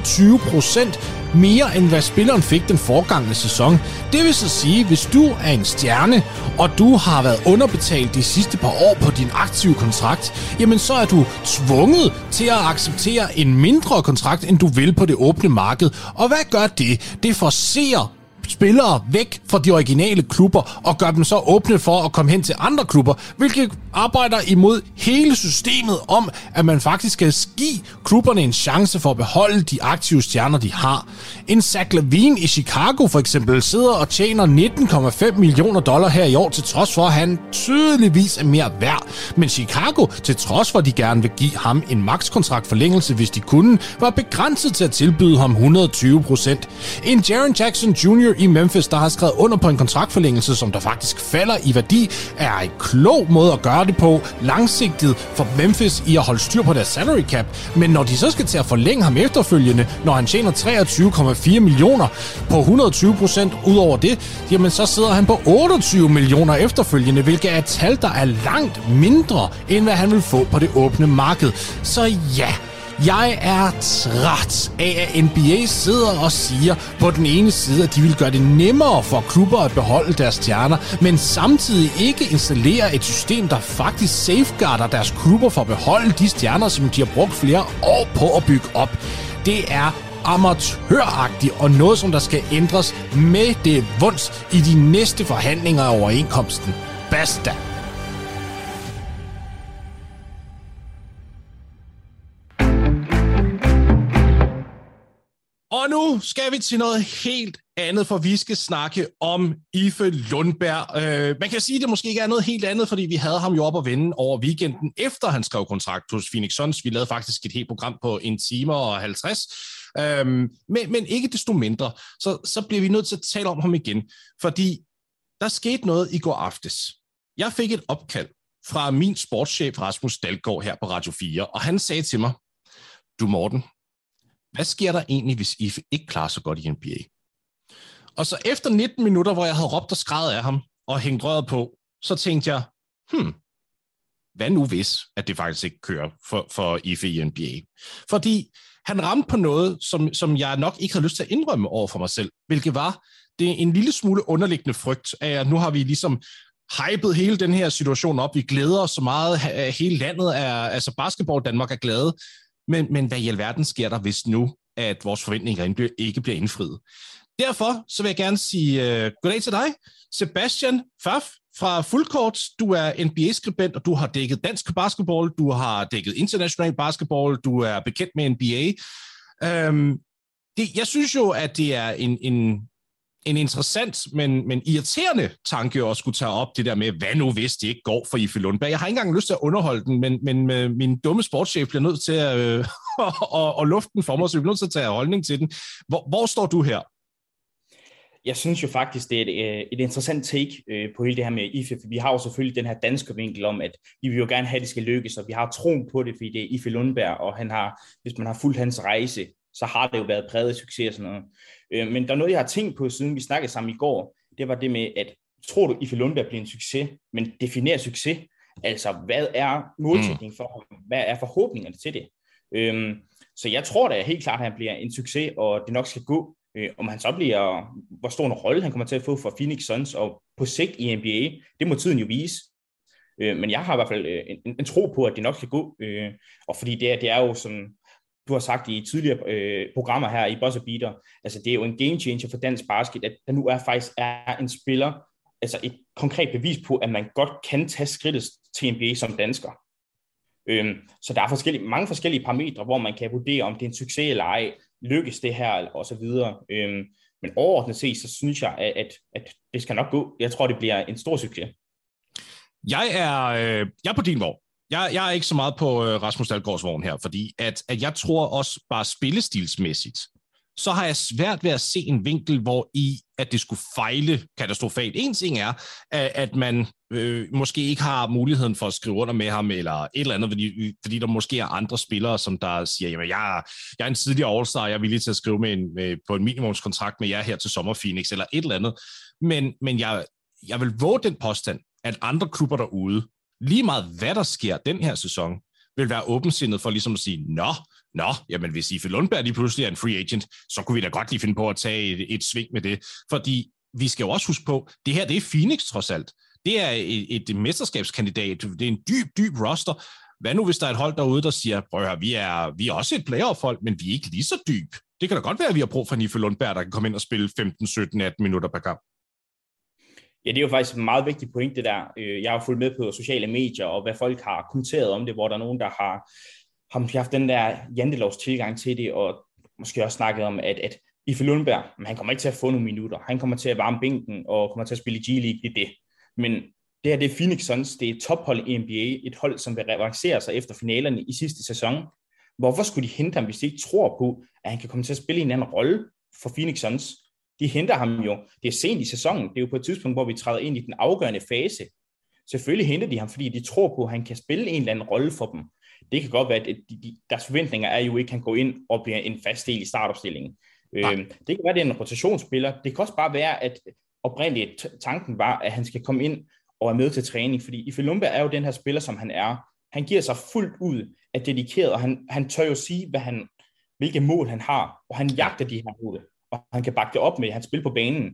120% mere end hvad spilleren fik den forgangne sæson. Det vil så sige, hvis du er en stjerne, og du har været underbetalt de sidste par år på din aktive kontrakt, jamen så er du tvunget til at acceptere en mindre kontrakt, end du vil på det åbne marked. Og hvad gør det? Det forcerer spillere væk fra de originale klubber og gør dem så åbne for at komme hen til andre klubber, hvilket arbejder imod hele systemet om, at man faktisk skal give klubberne en chance for at beholde de aktive stjerner, de har. En Zach LaVine i Chicago for eksempel sidder og tjener $19,5 millioner her i år, til trods for, at han tydeligvis er mere værd. Men Chicago, til trods for, at de gerne vil give ham en makskontraktforlængelse, hvis de kunne, var begrænset til at tilbyde ham 120%. En Jaren Jackson Jr. i Memphis, der har skrevet under på en kontraktforlængelse, som der faktisk falder i værdi, er en klog måde at gøre det på, langsigtet for Memphis i at holde styr på deres salary cap. Men når de så skal til at forlænge ham efterfølgende, når han tjener 23,4 millioner på 120% ud over det, jamen så sidder han på 28 millioner efterfølgende, hvilket er et tal, der er langt mindre, end hvad han vil få på det åbne marked. Så ja, jeg er træt af, at NBA sidder og siger på den ene side, at de vil gøre det nemmere for klubber at beholde deres stjerner, men samtidig ikke installere et system, der faktisk safeguarder deres klubber for at beholde de stjerner, som de har brugt flere år på at bygge op. Det er amatøragtigt, og noget, som der skal ændres med det vunds i de næste forhandlinger af overenskomsten. Basta! Og nu skal vi til noget helt andet, for vi skal snakke om Ife Lundberg. Man kan sige, at det måske ikke er noget helt andet, fordi vi havde ham jo op at vende over weekenden, efter han skrev kontrakt hos Phoenix Suns. Vi lavede faktisk et helt program på 1 time og 50. Men ikke desto mindre, så bliver vi nødt til at tale om ham igen, fordi der skete noget i går aftes. Jeg fik et opkald fra min sportschef Rasmus Dalgaard her på Radio 4, og han sagde til mig, du Morten, hvad sker der egentlig, hvis Ife ikke klarer så godt i NBA? Og så efter 19 minutter, hvor jeg havde råbt og skreget af ham og hængt røret på, så tænkte jeg, hvad nu hvis, at det faktisk ikke kører for Ife i NBA? Fordi han ramte på noget, som jeg nok ikke havde lyst til at indrømme over for mig selv, hvilket var det en lille smule underliggende frygt af, at nu har vi ligesom hypet hele den her situation op. Vi glæder os så meget. Hele landet altså basketball Danmark er glade. Men hvad i alverden sker der, hvis nu, at vores forventninger ikke bliver indfriet? Derfor så vil jeg gerne sige goddag til dig, Sebastian Pfaff fra Fuldkort. Du er NBA-skribent, og du har dækket dansk basketball, du har dækket international basketball, du er bekendt med NBA. Jeg synes jo, at det er en interessant, men irriterende tanke at skulle tage op det der med, hvad nu hvis det ikke går for Ife Lundberg. Jeg har ikke engang lyst til at underholde den, men min dumme sportschef bliver nødt til at lufte den for mig, så vi bliver nødt til at tage holdning til den. Hvor står du her?
Jeg synes jo faktisk, det er et interessant take på hele det her med Ife, for vi har jo selvfølgelig den her danske vinkel om, at vi vil jo gerne have, at det skal lykkes, og vi har troen på det, fordi det er Ife Lundberg, og hvis man har fulgt hans rejse, så har det jo været præget af succes og sådan noget. Men der er noget, jeg har tænkt på, siden vi snakkede sammen i går, det var det med, at tror du, Ife Lundberg bliver en succes, men definerer succes? Altså, hvad er målsætningen for ham? Hvad er forhåbningerne til det? Så jeg tror da helt klart, at han bliver en succes, og det nok skal gå. Om han så bliver, hvor stor en rolle han kommer til at få for Phoenix Suns, og på sigt i NBA, det må tiden jo vise. Men jeg har i hvert fald en tro på, at det nok skal gå. Og fordi det er jo sådan, du har sagt i tidligere programmer her i Buzzer Beater, altså det er jo en game changer for dansk basket, at der nu faktisk er en spiller, altså et konkret bevis på, at man godt kan tage skridtet til NBA som dansker. Så der er mange forskellige parametre, hvor man kan vurdere, om det er en succes eller ej, lykkes det her, og så videre. Men overordnet set, så synes jeg, at det skal nok gå. Jeg tror, det bliver en stor succes.
Jeg er på din vogn. Jeg er ikke så meget på Rasmus Dalgaards vogn her, fordi at jeg tror også bare spillestilsmæssigt, så har jeg svært ved at se en vinkel, hvor at det skulle fejle katastrofalt. En ting er, at man måske ikke har muligheden for at skrive under med ham, eller et eller andet, fordi der måske er andre spillere, som der siger, jamen jeg er en tidligere All-Star, jeg er villig til at skrive på en minimumskontrakt med jer her til sommer Phoenix, eller et eller andet. Men jeg vil våge den påstand, at andre klubber derude, lige meget hvad der sker den her sæson, vil være åbensindet for ligesom at sige, jamen hvis Ife Lundberg lige pludselig er en free agent, så kunne vi da godt lige finde på at tage et sving med det. Fordi vi skal jo også huske på, det her det er Phoenix trods alt. Det er et mesterskabskandidat. Det er en dyb roster. Hvad nu hvis der er et hold derude, der siger, prøv at høre, vi er også et playoff-hold, men vi er ikke lige så dyb. Det kan da godt være, at vi har brug for en Ife Lundberg, der kan komme ind og spille 15, 17, 18 minutter per kamp.
Ja, det er jo faktisk en meget vigtig point, det der. Jeg har fulgt med på sociale medier, og hvad folk har kommenteret om det, hvor der er nogen, der har haft den der jantelovs tilgang til det, og måske også snakket om, at Ife Lundberg, han kommer ikke til at få nogle minutter. Han kommer til at varme bænken, og kommer til at spille i G-League, det er det. Men det her, det er Phoenix Suns, det er et tophold i NBA, et hold, som vil revancere sig efter finalerne i sidste sæson. Hvorfor skulle de hente ham, hvis de ikke tror på, at han kan komme til at spille en anden rolle for Phoenix Suns? De henter ham jo, det er sent i sæsonen, det er jo på et tidspunkt, hvor vi træder ind i den afgørende fase. Selvfølgelig henter de ham, fordi de tror på, at han kan spille en eller anden rolle for dem. Det kan godt være, at deres forventninger er jo ikke, at han går ind og bliver en fast del i startopstillingen. Det kan være, at det er en rotationsspiller. Det kan også bare være, at oprindeligt tanken var, at han skal komme ind og er med til træning, fordi Ife Lundberg er jo den her spiller, som han er. Han giver sig fuldt ud af dedikeret, og han tør jo sige, hvilke mål han har, og han jagter de her mål. Og han kan bakke det op med, at han spiller på banen,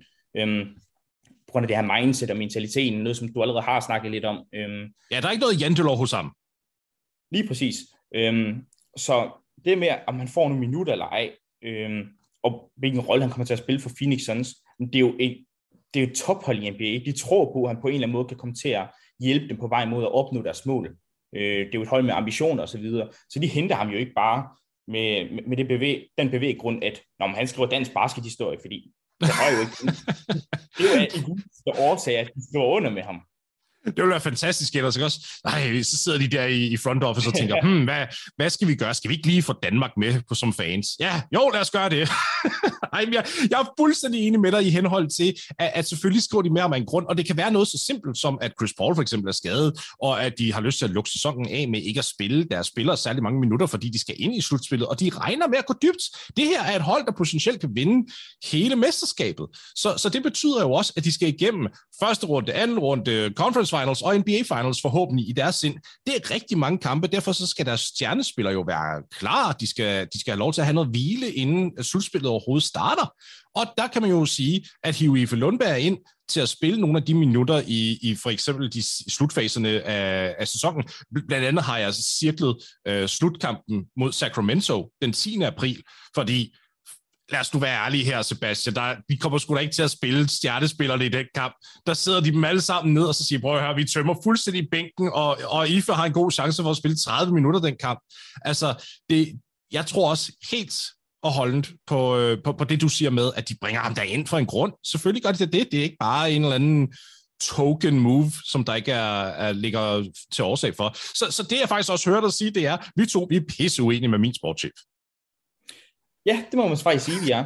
på grund af det her mindset og mentaliteten, noget som du allerede har snakket lidt om.
Ja, der er ikke noget jantelov hos ham.
Lige præcis. Så det med, om han får nogle minutter eller ej, og hvilken rolle han kommer til at spille for Phoenix Suns. Men det er jo et tophold i NBA. De tror på, at han på en eller anden måde kan komme til at hjælpe dem på vej mod at opnå deres mål. Det er jo et hold med ambitioner og så videre. Så de henter ham jo ikke bare med den bevæggrund, at han skriver dansk baskethistorie, fordi det er jo ikke. Det er jo en god årsag, at de står under med ham.
Det ville være fantastisk ellers, ikke også? Så sidder de der i front office og tænker, hvad skal vi gøre? Skal vi ikke lige få Danmark med som fans? Ja, jo, lad os gøre det. Jeg er fuldstændig enig med dig i henhold til, at selvfølgelig skriver de med om en grund, og det kan være noget så simpelt som, at Chris Paul for eksempel er skadet, og at de har lyst til at lukke sæsonen af med ikke at spille deres spillere særlig mange minutter, fordi de skal ind i slutspillet, og de regner med at gå dybt. Det her er et hold, der potentielt kan vinde hele mesterskabet. Så det betyder jo også, at de skal igennem første runde, anden runde, conference finals og NBA finals forhåbentlig i deres sind. Det er rigtig mange kampe, derfor så skal deres stjernespillere jo være klar. De skal have lov til at have noget hvile, inden slutspillet overhovedet starter. Og der kan man jo sige, at hive Ife Lundberg ind til at spille nogle af de minutter i for eksempel de slutfaserne af sæsonen. Blandt andet har jeg cirklet slutkampen mod Sacramento den 10. april, fordi lad os nu være ærlige her, Sebastian. Vi kommer sgu da ikke til at spille stjernespillerne i den kamp. Der sidder de dem alle sammen ned, og så siger, prøv at høre, vi tømmer fuldstændig bænken, og Ife har en god chance for at spille 30 minutter den kamp. Altså, jeg tror også helt og holdent på det, du siger med, at de bringer ham derind for en grund. Selvfølgelig gør de det. Det er ikke bare en eller anden token move, som der ikke ligger til årsag for. Så det, jeg faktisk også hørte dig sige, det er, vi er pisse uenige med min sportschef.
Ja, det må man faktisk sige, vi er.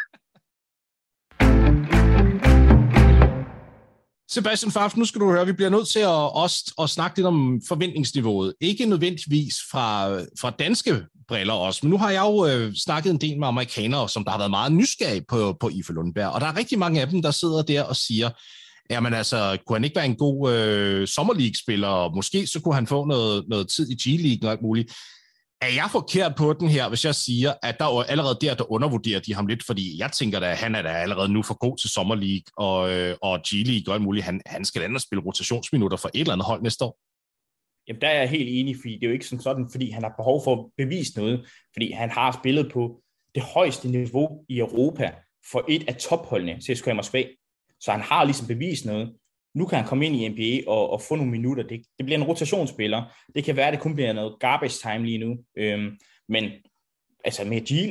Sebastian Pfaff, nu skal du høre, vi bliver nødt til at snakke lidt om forventningsniveauet. Ikke nødvendigvis fra danske briller også, men nu har jeg jo snakket en del med amerikanere, som der har været meget nysgerrige på Ife Lundberg, og der er rigtig mange af dem, der sidder der og siger, jamen altså, kunne han ikke være en god Summer League-spiller, og måske så kunne han få noget tid i G-League og alt muligt. Er jeg forkert på den her, hvis jeg siger, at der allerede der undervurderer de ham lidt, fordi jeg tænker, at han er da allerede nu for god til Summer League og G-League og alt muligt. Han skal da spille rotationsminutter for et eller andet hold næste år.
Jamen, der er jeg helt enig, fordi det er jo ikke sådan, fordi han har behov for at bevise noget, fordi han har spillet på det højeste niveau i Europa for et af topholdene, CSKA Moskva. Så han har ligesom bevist noget. Nu kan han komme ind i NBA og få nogle minutter. Det bliver en rotationsspiller. Det kan være, at det kun bliver noget garbage time lige nu. Men altså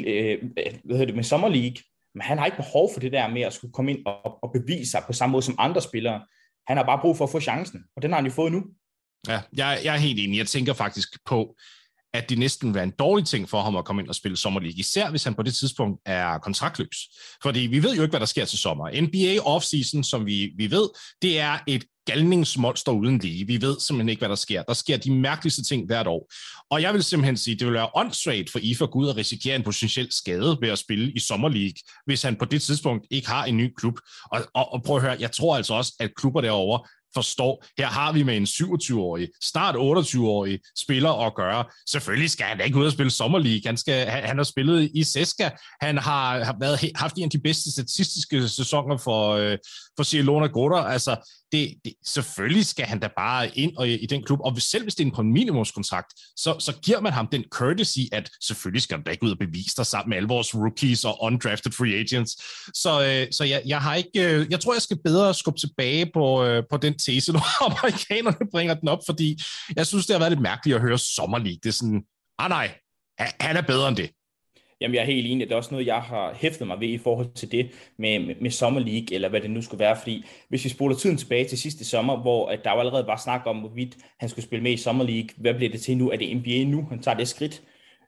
med Summer League, men han har ikke behov for det der med at skulle komme ind og bevise sig på samme måde som andre spillere. Han har bare brug for at få chancen, og den har han jo fået nu.
Ja, jeg er helt enig. Jeg tænker faktisk på, at det næsten vil være en dårlig ting for ham at komme ind og spille Summer League, især hvis han på det tidspunkt er kontraktløs. Fordi vi ved jo ikke, hvad der sker til sommer. NBA offseason, som vi ved, det er et galningsmonster uden lige. Vi ved simpelthen ikke, hvad der sker. Der sker de mærkeligste ting hvert år. Og jeg vil simpelthen sige, at det vil være åndssvagt for Ife at gå ud og risikere en potentiel skade ved at spille i Summer League, hvis han på det tidspunkt ikke har en ny klub. Og prøv at høre, jeg tror altså også, at klubber derovre forstår, her har vi med en 27-årig, snart 28-årig spiller at gøre. Selvfølgelig skal han ikke ud og spille Summer League. Han har spillet i CSKA. Han har haft en af de bedste statistiske sæsoner for Cirelona Grotter. Altså, selvfølgelig skal han da bare ind i den klub, og selv hvis det er på en minimumskontrakt, så giver man ham den courtesy, at selvfølgelig skal du da ikke ud og bevise dig sammen med alle vores rookies og undrafted free agents. Så jeg tror, jeg skal bedre skubbe tilbage på den tese, når amerikanerne bringer den op, fordi jeg synes, det har været lidt mærkeligt at høre Summer League. Det er sådan, nej, han er bedre end det.
Jamen, jeg er helt enig. Det er også noget, jeg har hæftet mig ved i forhold til det med Summer League, eller hvad det nu skulle være. Fordi hvis vi spoler tiden tilbage til sidste sommer, hvor der jo allerede var snak om, hvorvidt han skulle spille med i Summer League, hvad bliver det til nu? Er det NBA nu? Han tager det skridt.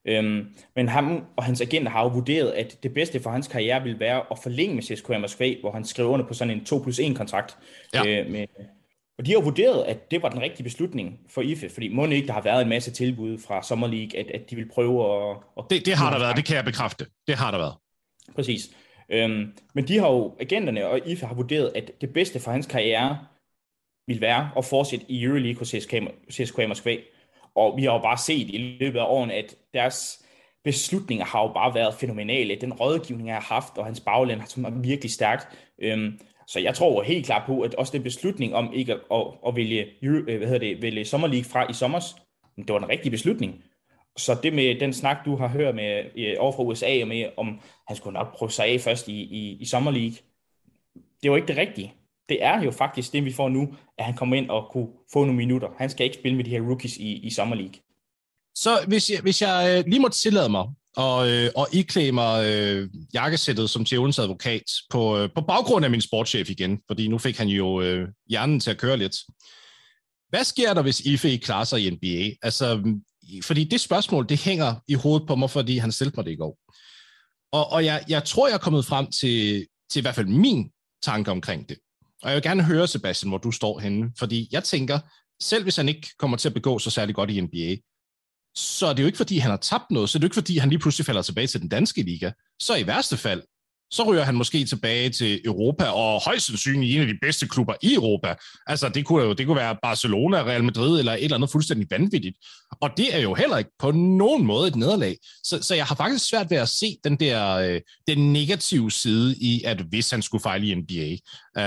Men ham og hans agenter har jo vurderet, at det bedste for hans karriere ville være at forlænge med CSKA Moskva, hvor han skrev under på sådan en 2+1-kontrakt. Ja. Og de har vurderet, at det var den rigtige beslutning for Ife, fordi må ikke, der har været en masse tilbud fra Summer League, at de vil prøve at...
Det har der været, det kan jeg bekræfte. Det har der været.
Præcis. Men de har jo, agenterne og Ife har vurderet, at det bedste for hans karriere vil være at fortsætte i Euroleague hos CSKA Moskva. Og vi har jo bare set i løbet af årene, at deres beslutninger har jo bare været fænomenale. Den rådgivning, jeg har haft, og hans bagland har virkelig stærkt. Så jeg tror helt klart på, at også den beslutning om ikke at vælge Summer League fra i sommers, det var den rigtige beslutning. Så det med den snak, du har hørt med over fra USA, med om han skulle nok prøve sig af først i Summer League, det er jo ikke det rigtige. Det er jo faktisk det, vi får nu, at han kommer ind og kunne få nogle minutter. Han skal ikke spille med de her rookies i Summer League.
Så hvis jeg lige må tillade mig og iklæde mig jakkesættet som djævelens advokat på baggrund af min sportschef igen, fordi nu fik han jo hjernen til at køre lidt. Hvad sker der, hvis Ife ikke klarer sig i NBA? Altså, fordi det spørgsmål, det hænger i hovedet på mig, fordi han stillede mig det i går. Og jeg tror, jeg er kommet frem til i hvert fald min tanke omkring det. Og jeg vil gerne høre, Sebastian, hvor du står henne, fordi jeg tænker, selv hvis han ikke kommer til at begå så særlig godt i NBA, så er det jo ikke, fordi han har tabt noget, så er det jo ikke, fordi han lige pludselig falder tilbage til den danske liga. Så i værste fald, så ryger han måske tilbage til Europa, og højst sandsynligt i en af de bedste klubber i Europa. Altså, det kunne være Barcelona, Real Madrid, eller et eller andet fuldstændig vanvittigt. Og det er jo heller ikke på nogen måde et nederlag. Så jeg har faktisk svært ved at se den negative side i, at hvis han skulle fejle i NBA,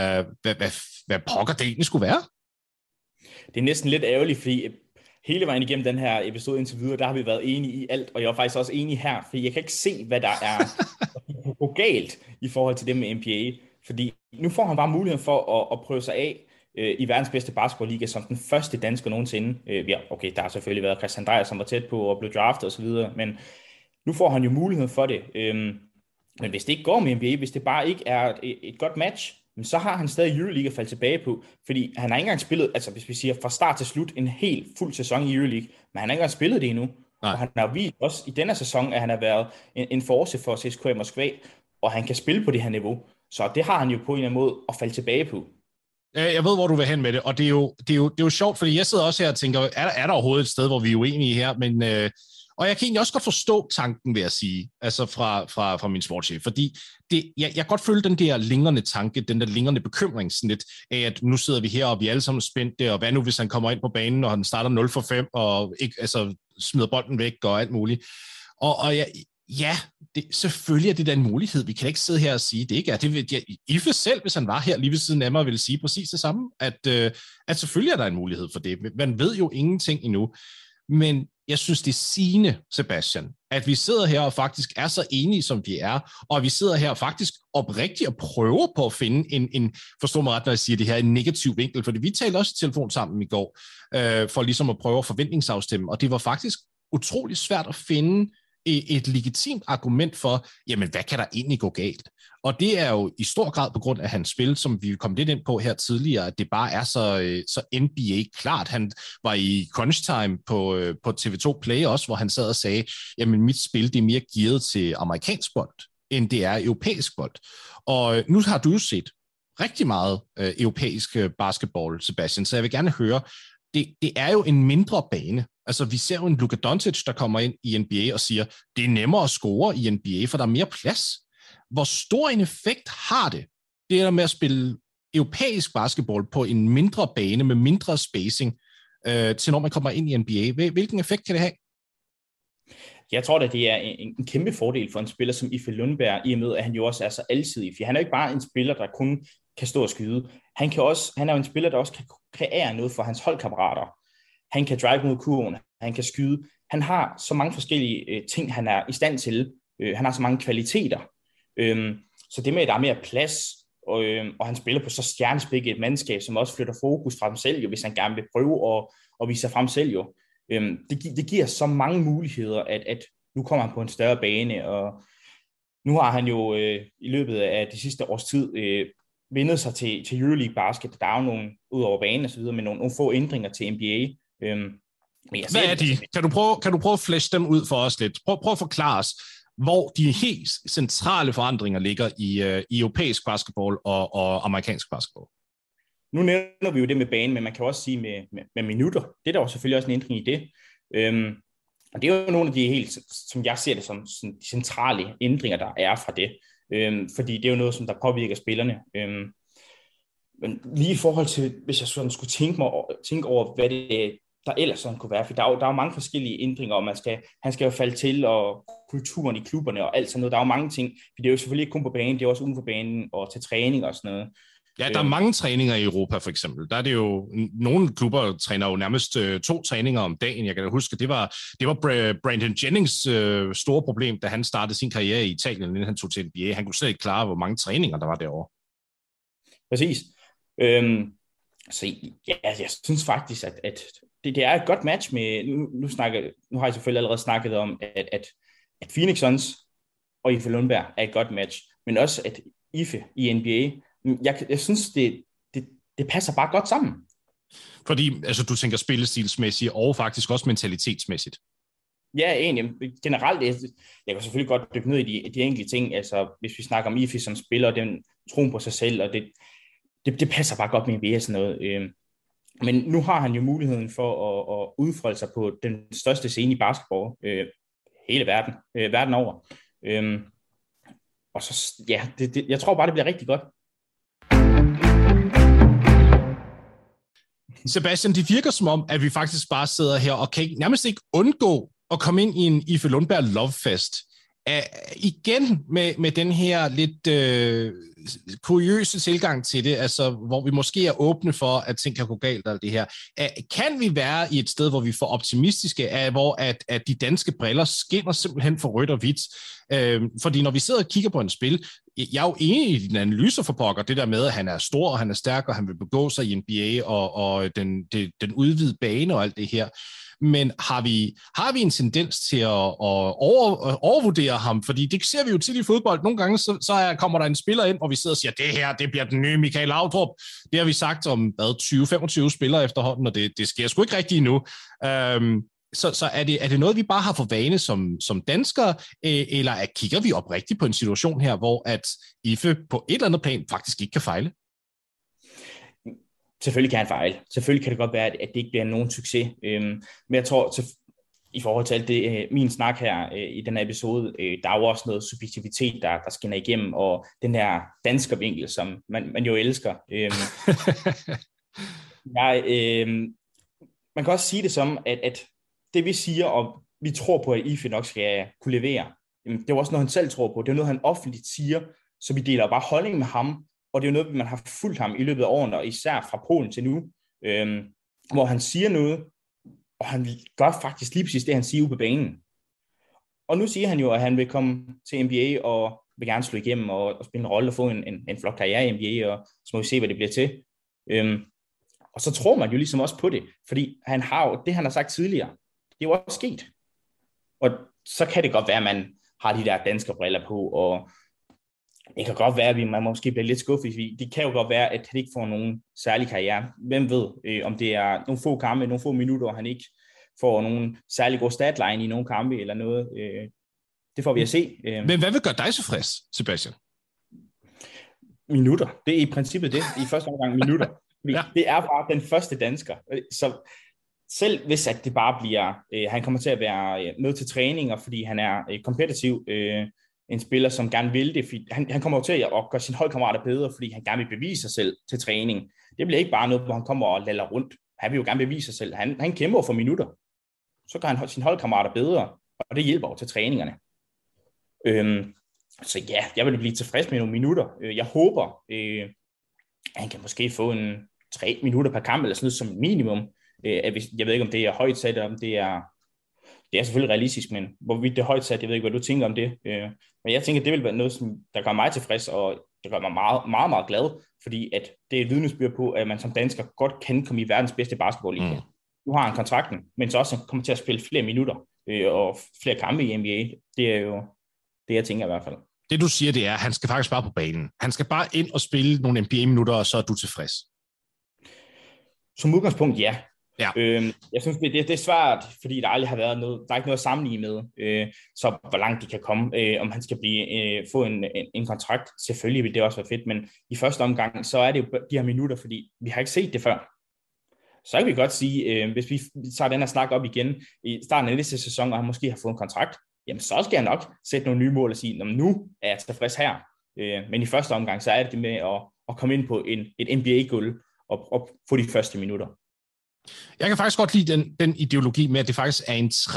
hvad pokker det egentlig skulle være?
Det er næsten lidt ærgerligt, fordi hele vejen igennem den her episode indtil videre, der har vi været enige i alt, og jeg er faktisk også enig her, fordi jeg kan ikke se, hvad der er gå galt i forhold til det med NBA, fordi nu får han bare muligheden for at prøve sig af i verdens bedste basketballliga som den første dansker nogensinde. Ja, okay, der har selvfølgelig været Christian Dreyer, som var tæt på at blive draftet osv., men nu får han jo muligheden for det. Men hvis det ikke går med NBA, hvis det bare ikke er et godt match, så har han stadig Euroleague at falde tilbage på, fordi han har ikke engang spillet, altså hvis vi siger fra start til slut, en helt fuld sæson i Euroleague, men han har ikke engang spillet det endnu. Nej. Og han har vist også i denne sæson, at han har været en force for CSKA Moskva, og han kan spille på det her niveau. Så det har han jo på en eller anden måde at falde tilbage på.
Jeg ved, hvor du vil hen med det, og det er jo sjovt, fordi jeg sidder også her og tænker, er der overhovedet et sted, hvor vi er uenige her, men og jeg kan egentlig også godt forstå tanken, vil jeg sige, altså fra min sportschef, fordi jeg kan godt følge den der lingerne tanke, den der lingerne bekymring sådan lidt, af at nu sidder vi her, og vi er alle sammen spændte, og hvad nu, hvis han kommer ind på banen, og han starter 0 for 5, og ikke, altså, smider bolden væk, og alt muligt. Og selvfølgelig er det da en mulighed. Vi kan ikke sidde her og sige, det ikke er. Det vil Ife selv, hvis han var her lige ved siden af mig, ville sige præcis det samme, at selvfølgelig er der en mulighed for det. Man ved jo ingenting endnu. Men jeg synes, det er sigende, Sebastian, at vi sidder her og faktisk er så enige, som vi er, og vi sidder her og faktisk oprigtigt og prøver på at finde en forstå mig ret, når jeg siger det her, en negativ vinkel, fordi vi talte også i telefon sammen i går, for ligesom at prøve at forventningsafstemme, og det var faktisk utrolig svært at finde et legitimt argument for, jamen hvad kan der egentlig gå galt? Og det er jo i stor grad på grund af hans spil, som vi kom lidt ind på her tidligere, at det bare er så NBA-klart. Han var i crunch time på TV2 Play også, hvor han sad og sagde, jamen mit spil det er mere gearet til amerikansk bold, end det er europæisk bold. Og nu har du jo set rigtig meget europæisk basketball, Sebastian, så jeg vil gerne høre, det er jo en mindre bane. Altså, vi ser jo en Luka Doncic, der kommer ind i NBA og siger, det er nemmere at score i NBA, for der er mere plads. Hvor stor en effekt har det der med at spille europæisk basketball på en mindre bane med mindre spacing, til når man kommer ind i NBA? Hvilken effekt kan det have?
Jeg tror, at det er en kæmpe fordel for en spiller som Ife Lundberg, i og med, at han jo også er så alsidig. For han er jo ikke bare en spiller, der kun kan stå og skyde. Han er jo en spiller, der også kan kreere noget for hans holdkammerater. Han kan drive mod kurven, han kan skyde. Han har så mange forskellige ting, han er i stand til. Han har så mange kvaliteter. Så det med, at der er mere plads, og han spiller på så stjernespækket et mandskab, som også flytter fokus fra ham selv, jo, hvis han gerne vil prøve at vise sig frem selv. Jo. Det giver så mange muligheder, at nu kommer han på en større bane, og nu har han jo i løbet af de sidste års tid vindet sig til Euroleague basket. Der er jo nogle ud over banen og så videre, med nogle få ændringer til NBA.
Hvad er de? Kan du prøve at flashe dem ud for os lidt? Prøv at forklare os, hvor de helt centrale forandringer ligger i europæisk basketball og amerikansk basketball.
Nu nævner vi jo det med banen, men man kan også sige med minutter. Det er der jo selvfølgelig også en ændring i det. Og det er jo nogle af de helt, som jeg ser det som de centrale ændringer, der er fra det. Fordi det er jo noget, som der påvirker spillerne. Men lige i forhold til, hvis jeg sådan skulle tænke over, hvad det der ellers sådan kunne være, for der er jo mange forskellige ændringer, og han skal jo falde til, og kulturen i klubberne og alt sådan noget. Der er jo mange ting, for det er jo selvfølgelig ikke kun på banen, det er også uden for banen og til træning og sådan noget.
Ja, der er mange træninger i Europa, for eksempel. Der er det jo, nogle klubber træner jo nærmest 2 træninger om dagen. Jeg kan huske, det var Brandon Jennings store problem, da han startede sin karriere i Italien, inden han tog til NBA. Han kunne slet ikke klare, hvor mange træninger der var derovre.
Præcis. Så ja, jeg synes faktisk, at det er et godt match med, nu har jeg selvfølgelig allerede snakket om, at Phoenix Suns og IFE Lundberg er et godt match, men også at IFE i NBA, jeg synes, det passer bare godt sammen.
Fordi altså, du tænker spillestilsmæssigt og faktisk også mentalitetsmæssigt.
Ja, egentlig. Generelt, jeg kan selvfølgelig godt dykke ned i de enkelte ting. Altså, hvis vi snakker om IFE som spiller, den troen på sig selv, og det passer bare godt med NBA og sådan noget. Men nu har han jo muligheden for at udfolde sig på den største scene i basketball. Hele verden over. Og så, ja, jeg tror bare, det bliver rigtig godt.
Sebastian, det virker som om, at vi faktisk bare sidder her og kan nærmest ikke undgå at komme ind i en IFE Lundberg Lovefest. Igen med den her lidt kuriøse tilgang til det, altså hvor vi måske er åbne for, at ting kan gå galt og det her. Kan vi være i et sted, hvor vi får optimistiske, hvor at de danske briller skinner simpelthen for rødt og hvidt? Fordi når vi sidder og kigger på en spil, jeg er jo enig i dine analyser for pokker, det der med, at han er stor, og han er stærk, og han vil begå sig i NBA, og den udvidede bane og alt det her. Men har vi en tendens til at overvurdere ham? Fordi det ser vi jo til i fodbold. Nogle gange kommer der en spiller ind, og vi sidder og siger, det her, det bliver den nye Michael Laudrup. Det har vi sagt om 20-25 spillere efterhånden, og det sker sgu ikke rigtigt endnu. Så er det noget, vi bare har for vane som danskere, eller kigger vi oprigtigt på en situation her, hvor at IFE på et eller andet plan faktisk ikke kan fejle?
Selvfølgelig kan han fejle. Selvfølgelig kan det godt være, at det ikke bliver nogen succes. Men jeg tror, i forhold til alt det, min snak her i den her episode, der er jo også noget subjektivitet, der skinner igennem, og den her danskervinkel, som man jo elsker. Man kan også sige det som, at det vi siger, og vi tror på, at IFE nok skal kunne levere, det er også noget, han selv tror på. Det er noget, han offentligt siger, så vi deler bare holdning med ham, og det er jo noget, man har fulgt ham i løbet af årene, og især fra Polen til nu, hvor han siger noget, og han gør faktisk lige præcis det, han siger ude på banen. Og nu siger han jo, at han vil komme til NBA og vil gerne slå igennem og spille en rolle og få en flot karriere i NBA, og så må vi se, hvad det bliver til. Og så tror man jo ligesom også på det, fordi han har jo det, han har sagt tidligere, det er jo også sket. Og så kan det godt være, at man har de der danske briller på, og det kan godt være, at man måske bliver lidt skuffet. Det kan jo godt være, at han ikke får nogen særlig karriere. Hvem ved, om det er nogle få kampe, nogle få minutter, og han ikke får nogen særlig god statline i nogle kampe eller noget. Det får vi at se.
Men hvad vil gøre dig tilfreds, Sebastian?
Minutter. Det er i princippet det. I første omgang minutter. Ja. Det er bare den første dansker. Så selv hvis at det bare bliver, han kommer til at være med til træninger, fordi han er kompetitiv, en spiller, som gerne vil det. Han kommer til at gøre sine holdkammerater bedre, fordi han gerne vil bevise sig selv til træning. Det bliver ikke bare noget, hvor han kommer og laller rundt. Han vil jo gerne bevise sig selv. Han kæmper for minutter. Så gør han sine holdkammerater bedre, og det hjælper jo til træningerne. Så ja, jeg vil blive tilfreds med nogle minutter. Jeg håber, han kan måske få 3 minutter per kamp, eller sådan noget som minimum. Jeg ved ikke, om det er højt sat, eller om det er selvfølgelig realistisk, men hvorvidt det er højt sat, jeg ved ikke, hvad du tænker om det. Men jeg tænker, det vil være noget, der gør mig tilfreds, og det gør mig meget, meget, meget glad, fordi at det er et vidnesbyrd på, at man som dansker godt kan komme i verdens bedste basketballliga. Nu har han kontrakten, men så også kommer til at spille flere minutter og flere kampe i NBA. Det er jo det, jeg tænker i hvert fald.
Det du siger, det er, at han skal faktisk bare på banen. Han skal bare ind og spille nogle NBA-minutter, og så er du tilfreds.
Som udgangspunkt, ja.
Ja.
Jeg synes, det er svært, fordi der aldrig har været noget, der er ikke noget at sammenligne med, så hvor langt de kan komme, om han skal få en kontrakt. Selvfølgelig vil det også være fedt, men i første omgang, så er det jo de her minutter, fordi vi har ikke set det før. Så kan vi godt sige, hvis vi tager den her snak op igen i starten af næste sæson, og han måske har fået en kontrakt, jamen så skal jeg nok sætte nogle nye mål og sige, nu er jeg tilfreds her. Men i første omgang, så er det med at komme ind på et NBA-gulv og få de første minutter.
Jeg kan faktisk godt lide den ideologi med, at det faktisk er en trappe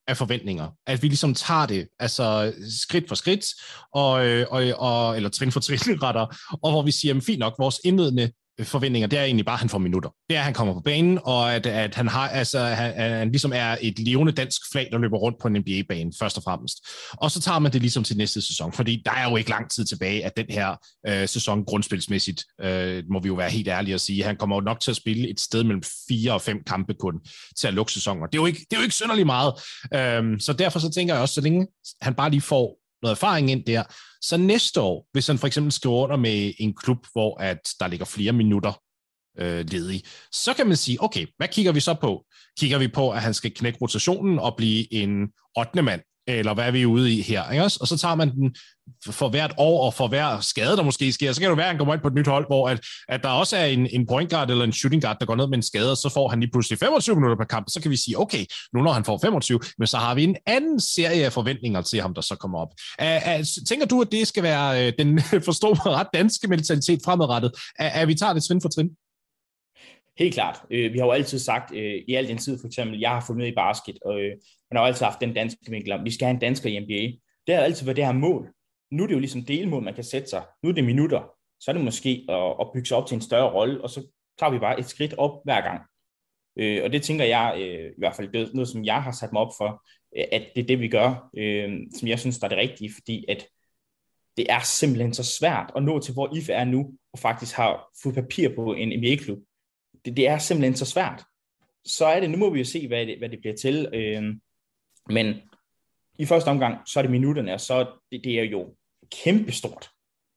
af forventninger. At vi ligesom tager det altså skridt for skridt, eller trin for trin, retter, og hvor vi siger, fint nok, vores indledende forventninger, det er egentlig bare, at han får minutter. Det er, at han kommer på banen, og at han har, altså, han ligesom er et levende dansk flag, der løber rundt på en NBA-bane, først og fremmest. Og så tager man det ligesom til næste sæson, fordi der er jo ikke lang tid tilbage af den her sæson grundspilsmæssigt, må vi jo være helt ærlige at sige. Han kommer jo nok til at spille et sted mellem 4 og 5 kampe kun til at lukke sæsonen. Det er jo ikke synderligt meget. Så derfor så tænker jeg også, så længe han bare lige får noget erfaring ind der, så næste år, hvis han for eksempel skriver under med en klub, hvor at der ligger flere minutter ledige, så kan man sige, okay, hvad kigger vi så på? Kigger vi på, at han skal knække rotationen og blive en 8. mand, eller hvad er vi ude i her? Ikke? Og så tager man den for hvert år, og for hver skade, der måske sker. Så kan det være, at han kommer ind på et nyt hold, hvor at der også er en point guard eller en shooting guard, der går ned med en skade, og så får han lige pludselig 25 minutter per kamp. Så kan vi sige, okay, nu når han får 25, men så har vi en anden serie af forventninger til ham, der så kommer op. Tænker du, at det skal være den forstå mig ret danske mentalitet fremadrettet, at vi tager det trin for trin?
Helt klart. Vi har jo altid sagt, i al den tid for eksempel, jeg har fulgt med i basket, og man har jo altid haft den danske vinkel om, vi skal have en dansker i NBA. Det har altid været det her mål. Nu er det jo ligesom delmål, man kan sætte sig. Nu er det minutter. Så er det måske at bygge sig op til en større rolle, og så tager vi bare et skridt op hver gang. Og det tænker jeg, i hvert fald det noget, som jeg har sat mig op for, at det er det, vi gør, som jeg synes, der er det rigtige, fordi at det er simpelthen så svært at nå til, hvor IFE er nu, og faktisk har fået papir på en NBA-klub. Det er simpelthen så svært. Så er det, nu må vi jo se, hvad det bliver til. Men i første omgang, så er det minutterne, og så det er jo kæmpestort.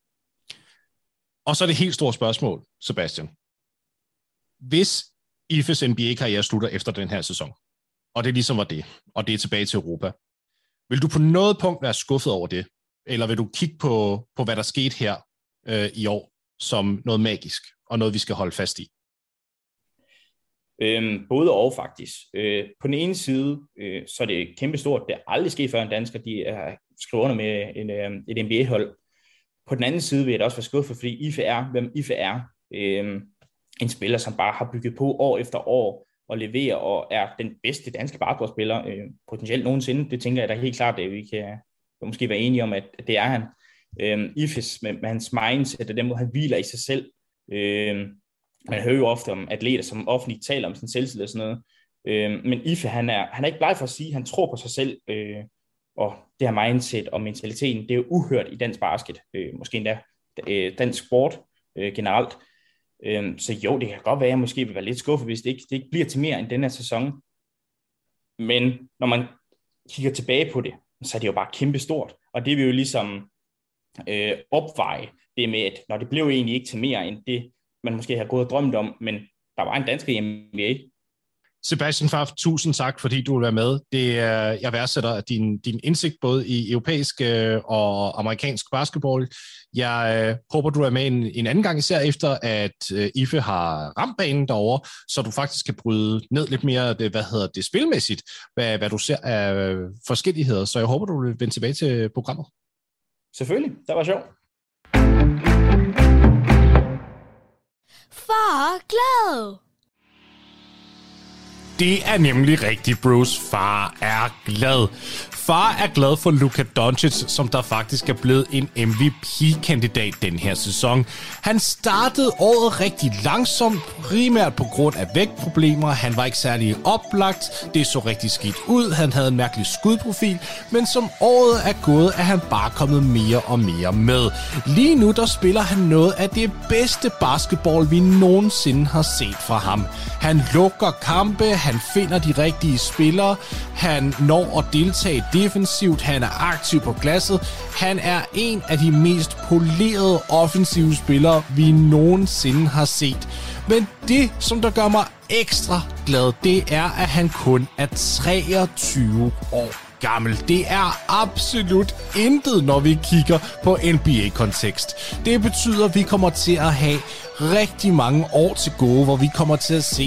Og så er det helt store spørgsmål, Sebastian. Hvis IFE's NBA-karriere slutter efter den her sæson, og det ligesom var det, og det er tilbage til Europa, vil du på noget punkt være skuffet over det? Eller vil du kigge på hvad der skete her i år, som noget magisk, og noget, vi skal holde fast i?
Både og faktisk. På den ene side, så er det kæmpestort. Det er aldrig sket før en dansker, de skriver under med et NBA-hold. På den anden side vil jeg da også være skuffet, fordi IFE er, hvem IFE er. En spiller, som bare har bygget på år efter år og leverer og er den bedste danske basketballspiller potentielt nogensinde. Det tænker jeg da helt klart, at vi kan måske være enige om, at det er han. IFE's med hans mindset og den måde, han hviler i sig selv. Man hører jo ofte om atleter, som offentligt taler om sin selvtillid og sådan noget. Men IFE, han er ikke bleg for at sige, at han tror på sig selv, og det her mindset og mentaliteten, det er jo uhørt i dansk basket, måske endda dansk sport generelt. Så jo, det kan godt være, at jeg måske vil være lidt skuffet, hvis det ikke bliver til mere end den her sæson. Men når man kigger tilbage på det, så er det jo bare kæmpestort. Og det vil jo ligesom opveje det med, at når det blev egentlig ikke til mere end det, man måske har gået og drømt om, men der var en dansker i NBA.
Sebastian Pfaff, tusind tak, fordi du vil være med. Jeg værdsætter din indsigt både i europæisk og amerikansk basketball. Jeg håber, du er med en anden gang, især efter, at IFE har ramt banen derovre, så du faktisk kan bryde ned lidt mere, det spilmæssigt, hvad du ser af forskelligheder. Så jeg håber, du vil vende tilbage til programmet.
Selvfølgelig, det var sjovt.
Far er glad.
Det er nemlig rigtigt, Bruce. Far er glad. Far er glad for Luka Doncic, som der faktisk er blevet en MVP-kandidat den her sæson. Han startede året rigtig langsomt, primært på grund af vægtproblemer. Han var ikke særlig oplagt. Det så rigtig skidt ud. Han havde en mærkelig skudprofil. Men som året er gået, er han bare kommet mere og mere med. Lige nu der spiller han noget af det bedste basketball, vi nogensinde har set fra ham. Han lukker kampe, han finder de rigtige spillere, han når at deltage defensivt, han er aktiv på glasset. Han er en af de mest polerede offensive spillere, vi nogensinde har set. Men det, som der gør mig ekstra glad, det er, at han kun er 23 år gammel. Det er absolut intet, når vi kigger på NBA-kontekst. Det betyder, at vi kommer til at have rigtig mange år til gode, hvor vi kommer til at se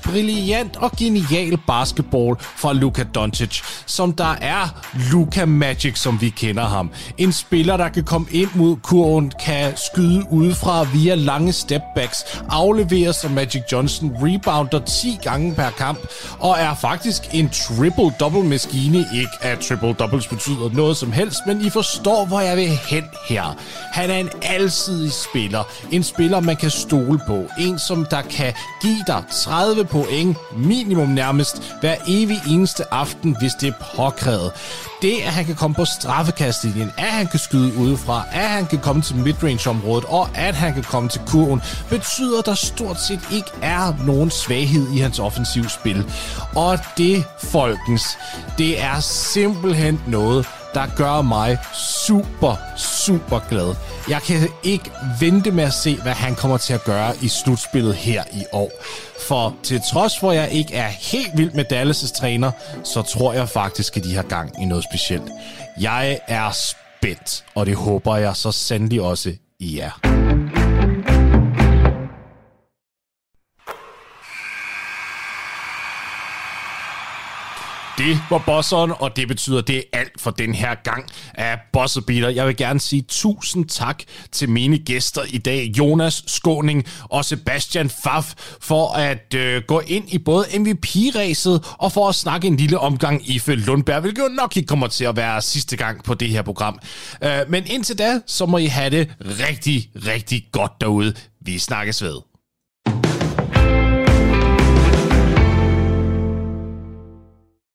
brilliant og genial basketball fra Luka Doncic, som der er Luka Magic, som vi kender ham. En spiller, der kan komme ind mod kurven, kan skyde udefra via lange stepbacks, aflevere som Magic Johnson, rebounder 10 gange per kamp, og er faktisk en triple-double-maskine. Ikke at triple-doubles betyder noget som helst, men I forstår, hvor jeg vil hen her. Han er en alsidig spiller. En spiller, man kan stole på. En, som der kan give dig 30 point, minimum nærmest, hver evig eneste aften, hvis det er påkrævet. Det, at han kan komme på straffekastlinjen, at han kan skyde udefra, at han kan komme til midrange-området, og at han kan komme til kurven, betyder, at der stort set ikke er nogen svaghed i hans offensiv spil. Og det, folkens, det er simpelthen noget, der gør mig super, super glad. Jeg kan ikke vente med at se, hvad han kommer til at gøre i slutspillet her i år. For til trods for, at jeg ikke er helt vild med Dallas' træner, så tror jeg faktisk, at de har gang i noget specielt. Jeg er spændt, og det håber jeg så sandelig også i jer. Det var bosseren, og det betyder, at det er alt for den her gang af Bosserbeater. Jeg vil gerne sige tusind tak til mine gæster i dag, Jonas Skåning og Sebastian Pfaff, for at gå ind i både MVP-ræset og for at snakke en lille omgang Ife Lundberg, hvilket jo nok ikke kommer til at være sidste gang på det her program. Men indtil da, så må I have det rigtig, rigtig godt derude. Vi snakkes ved.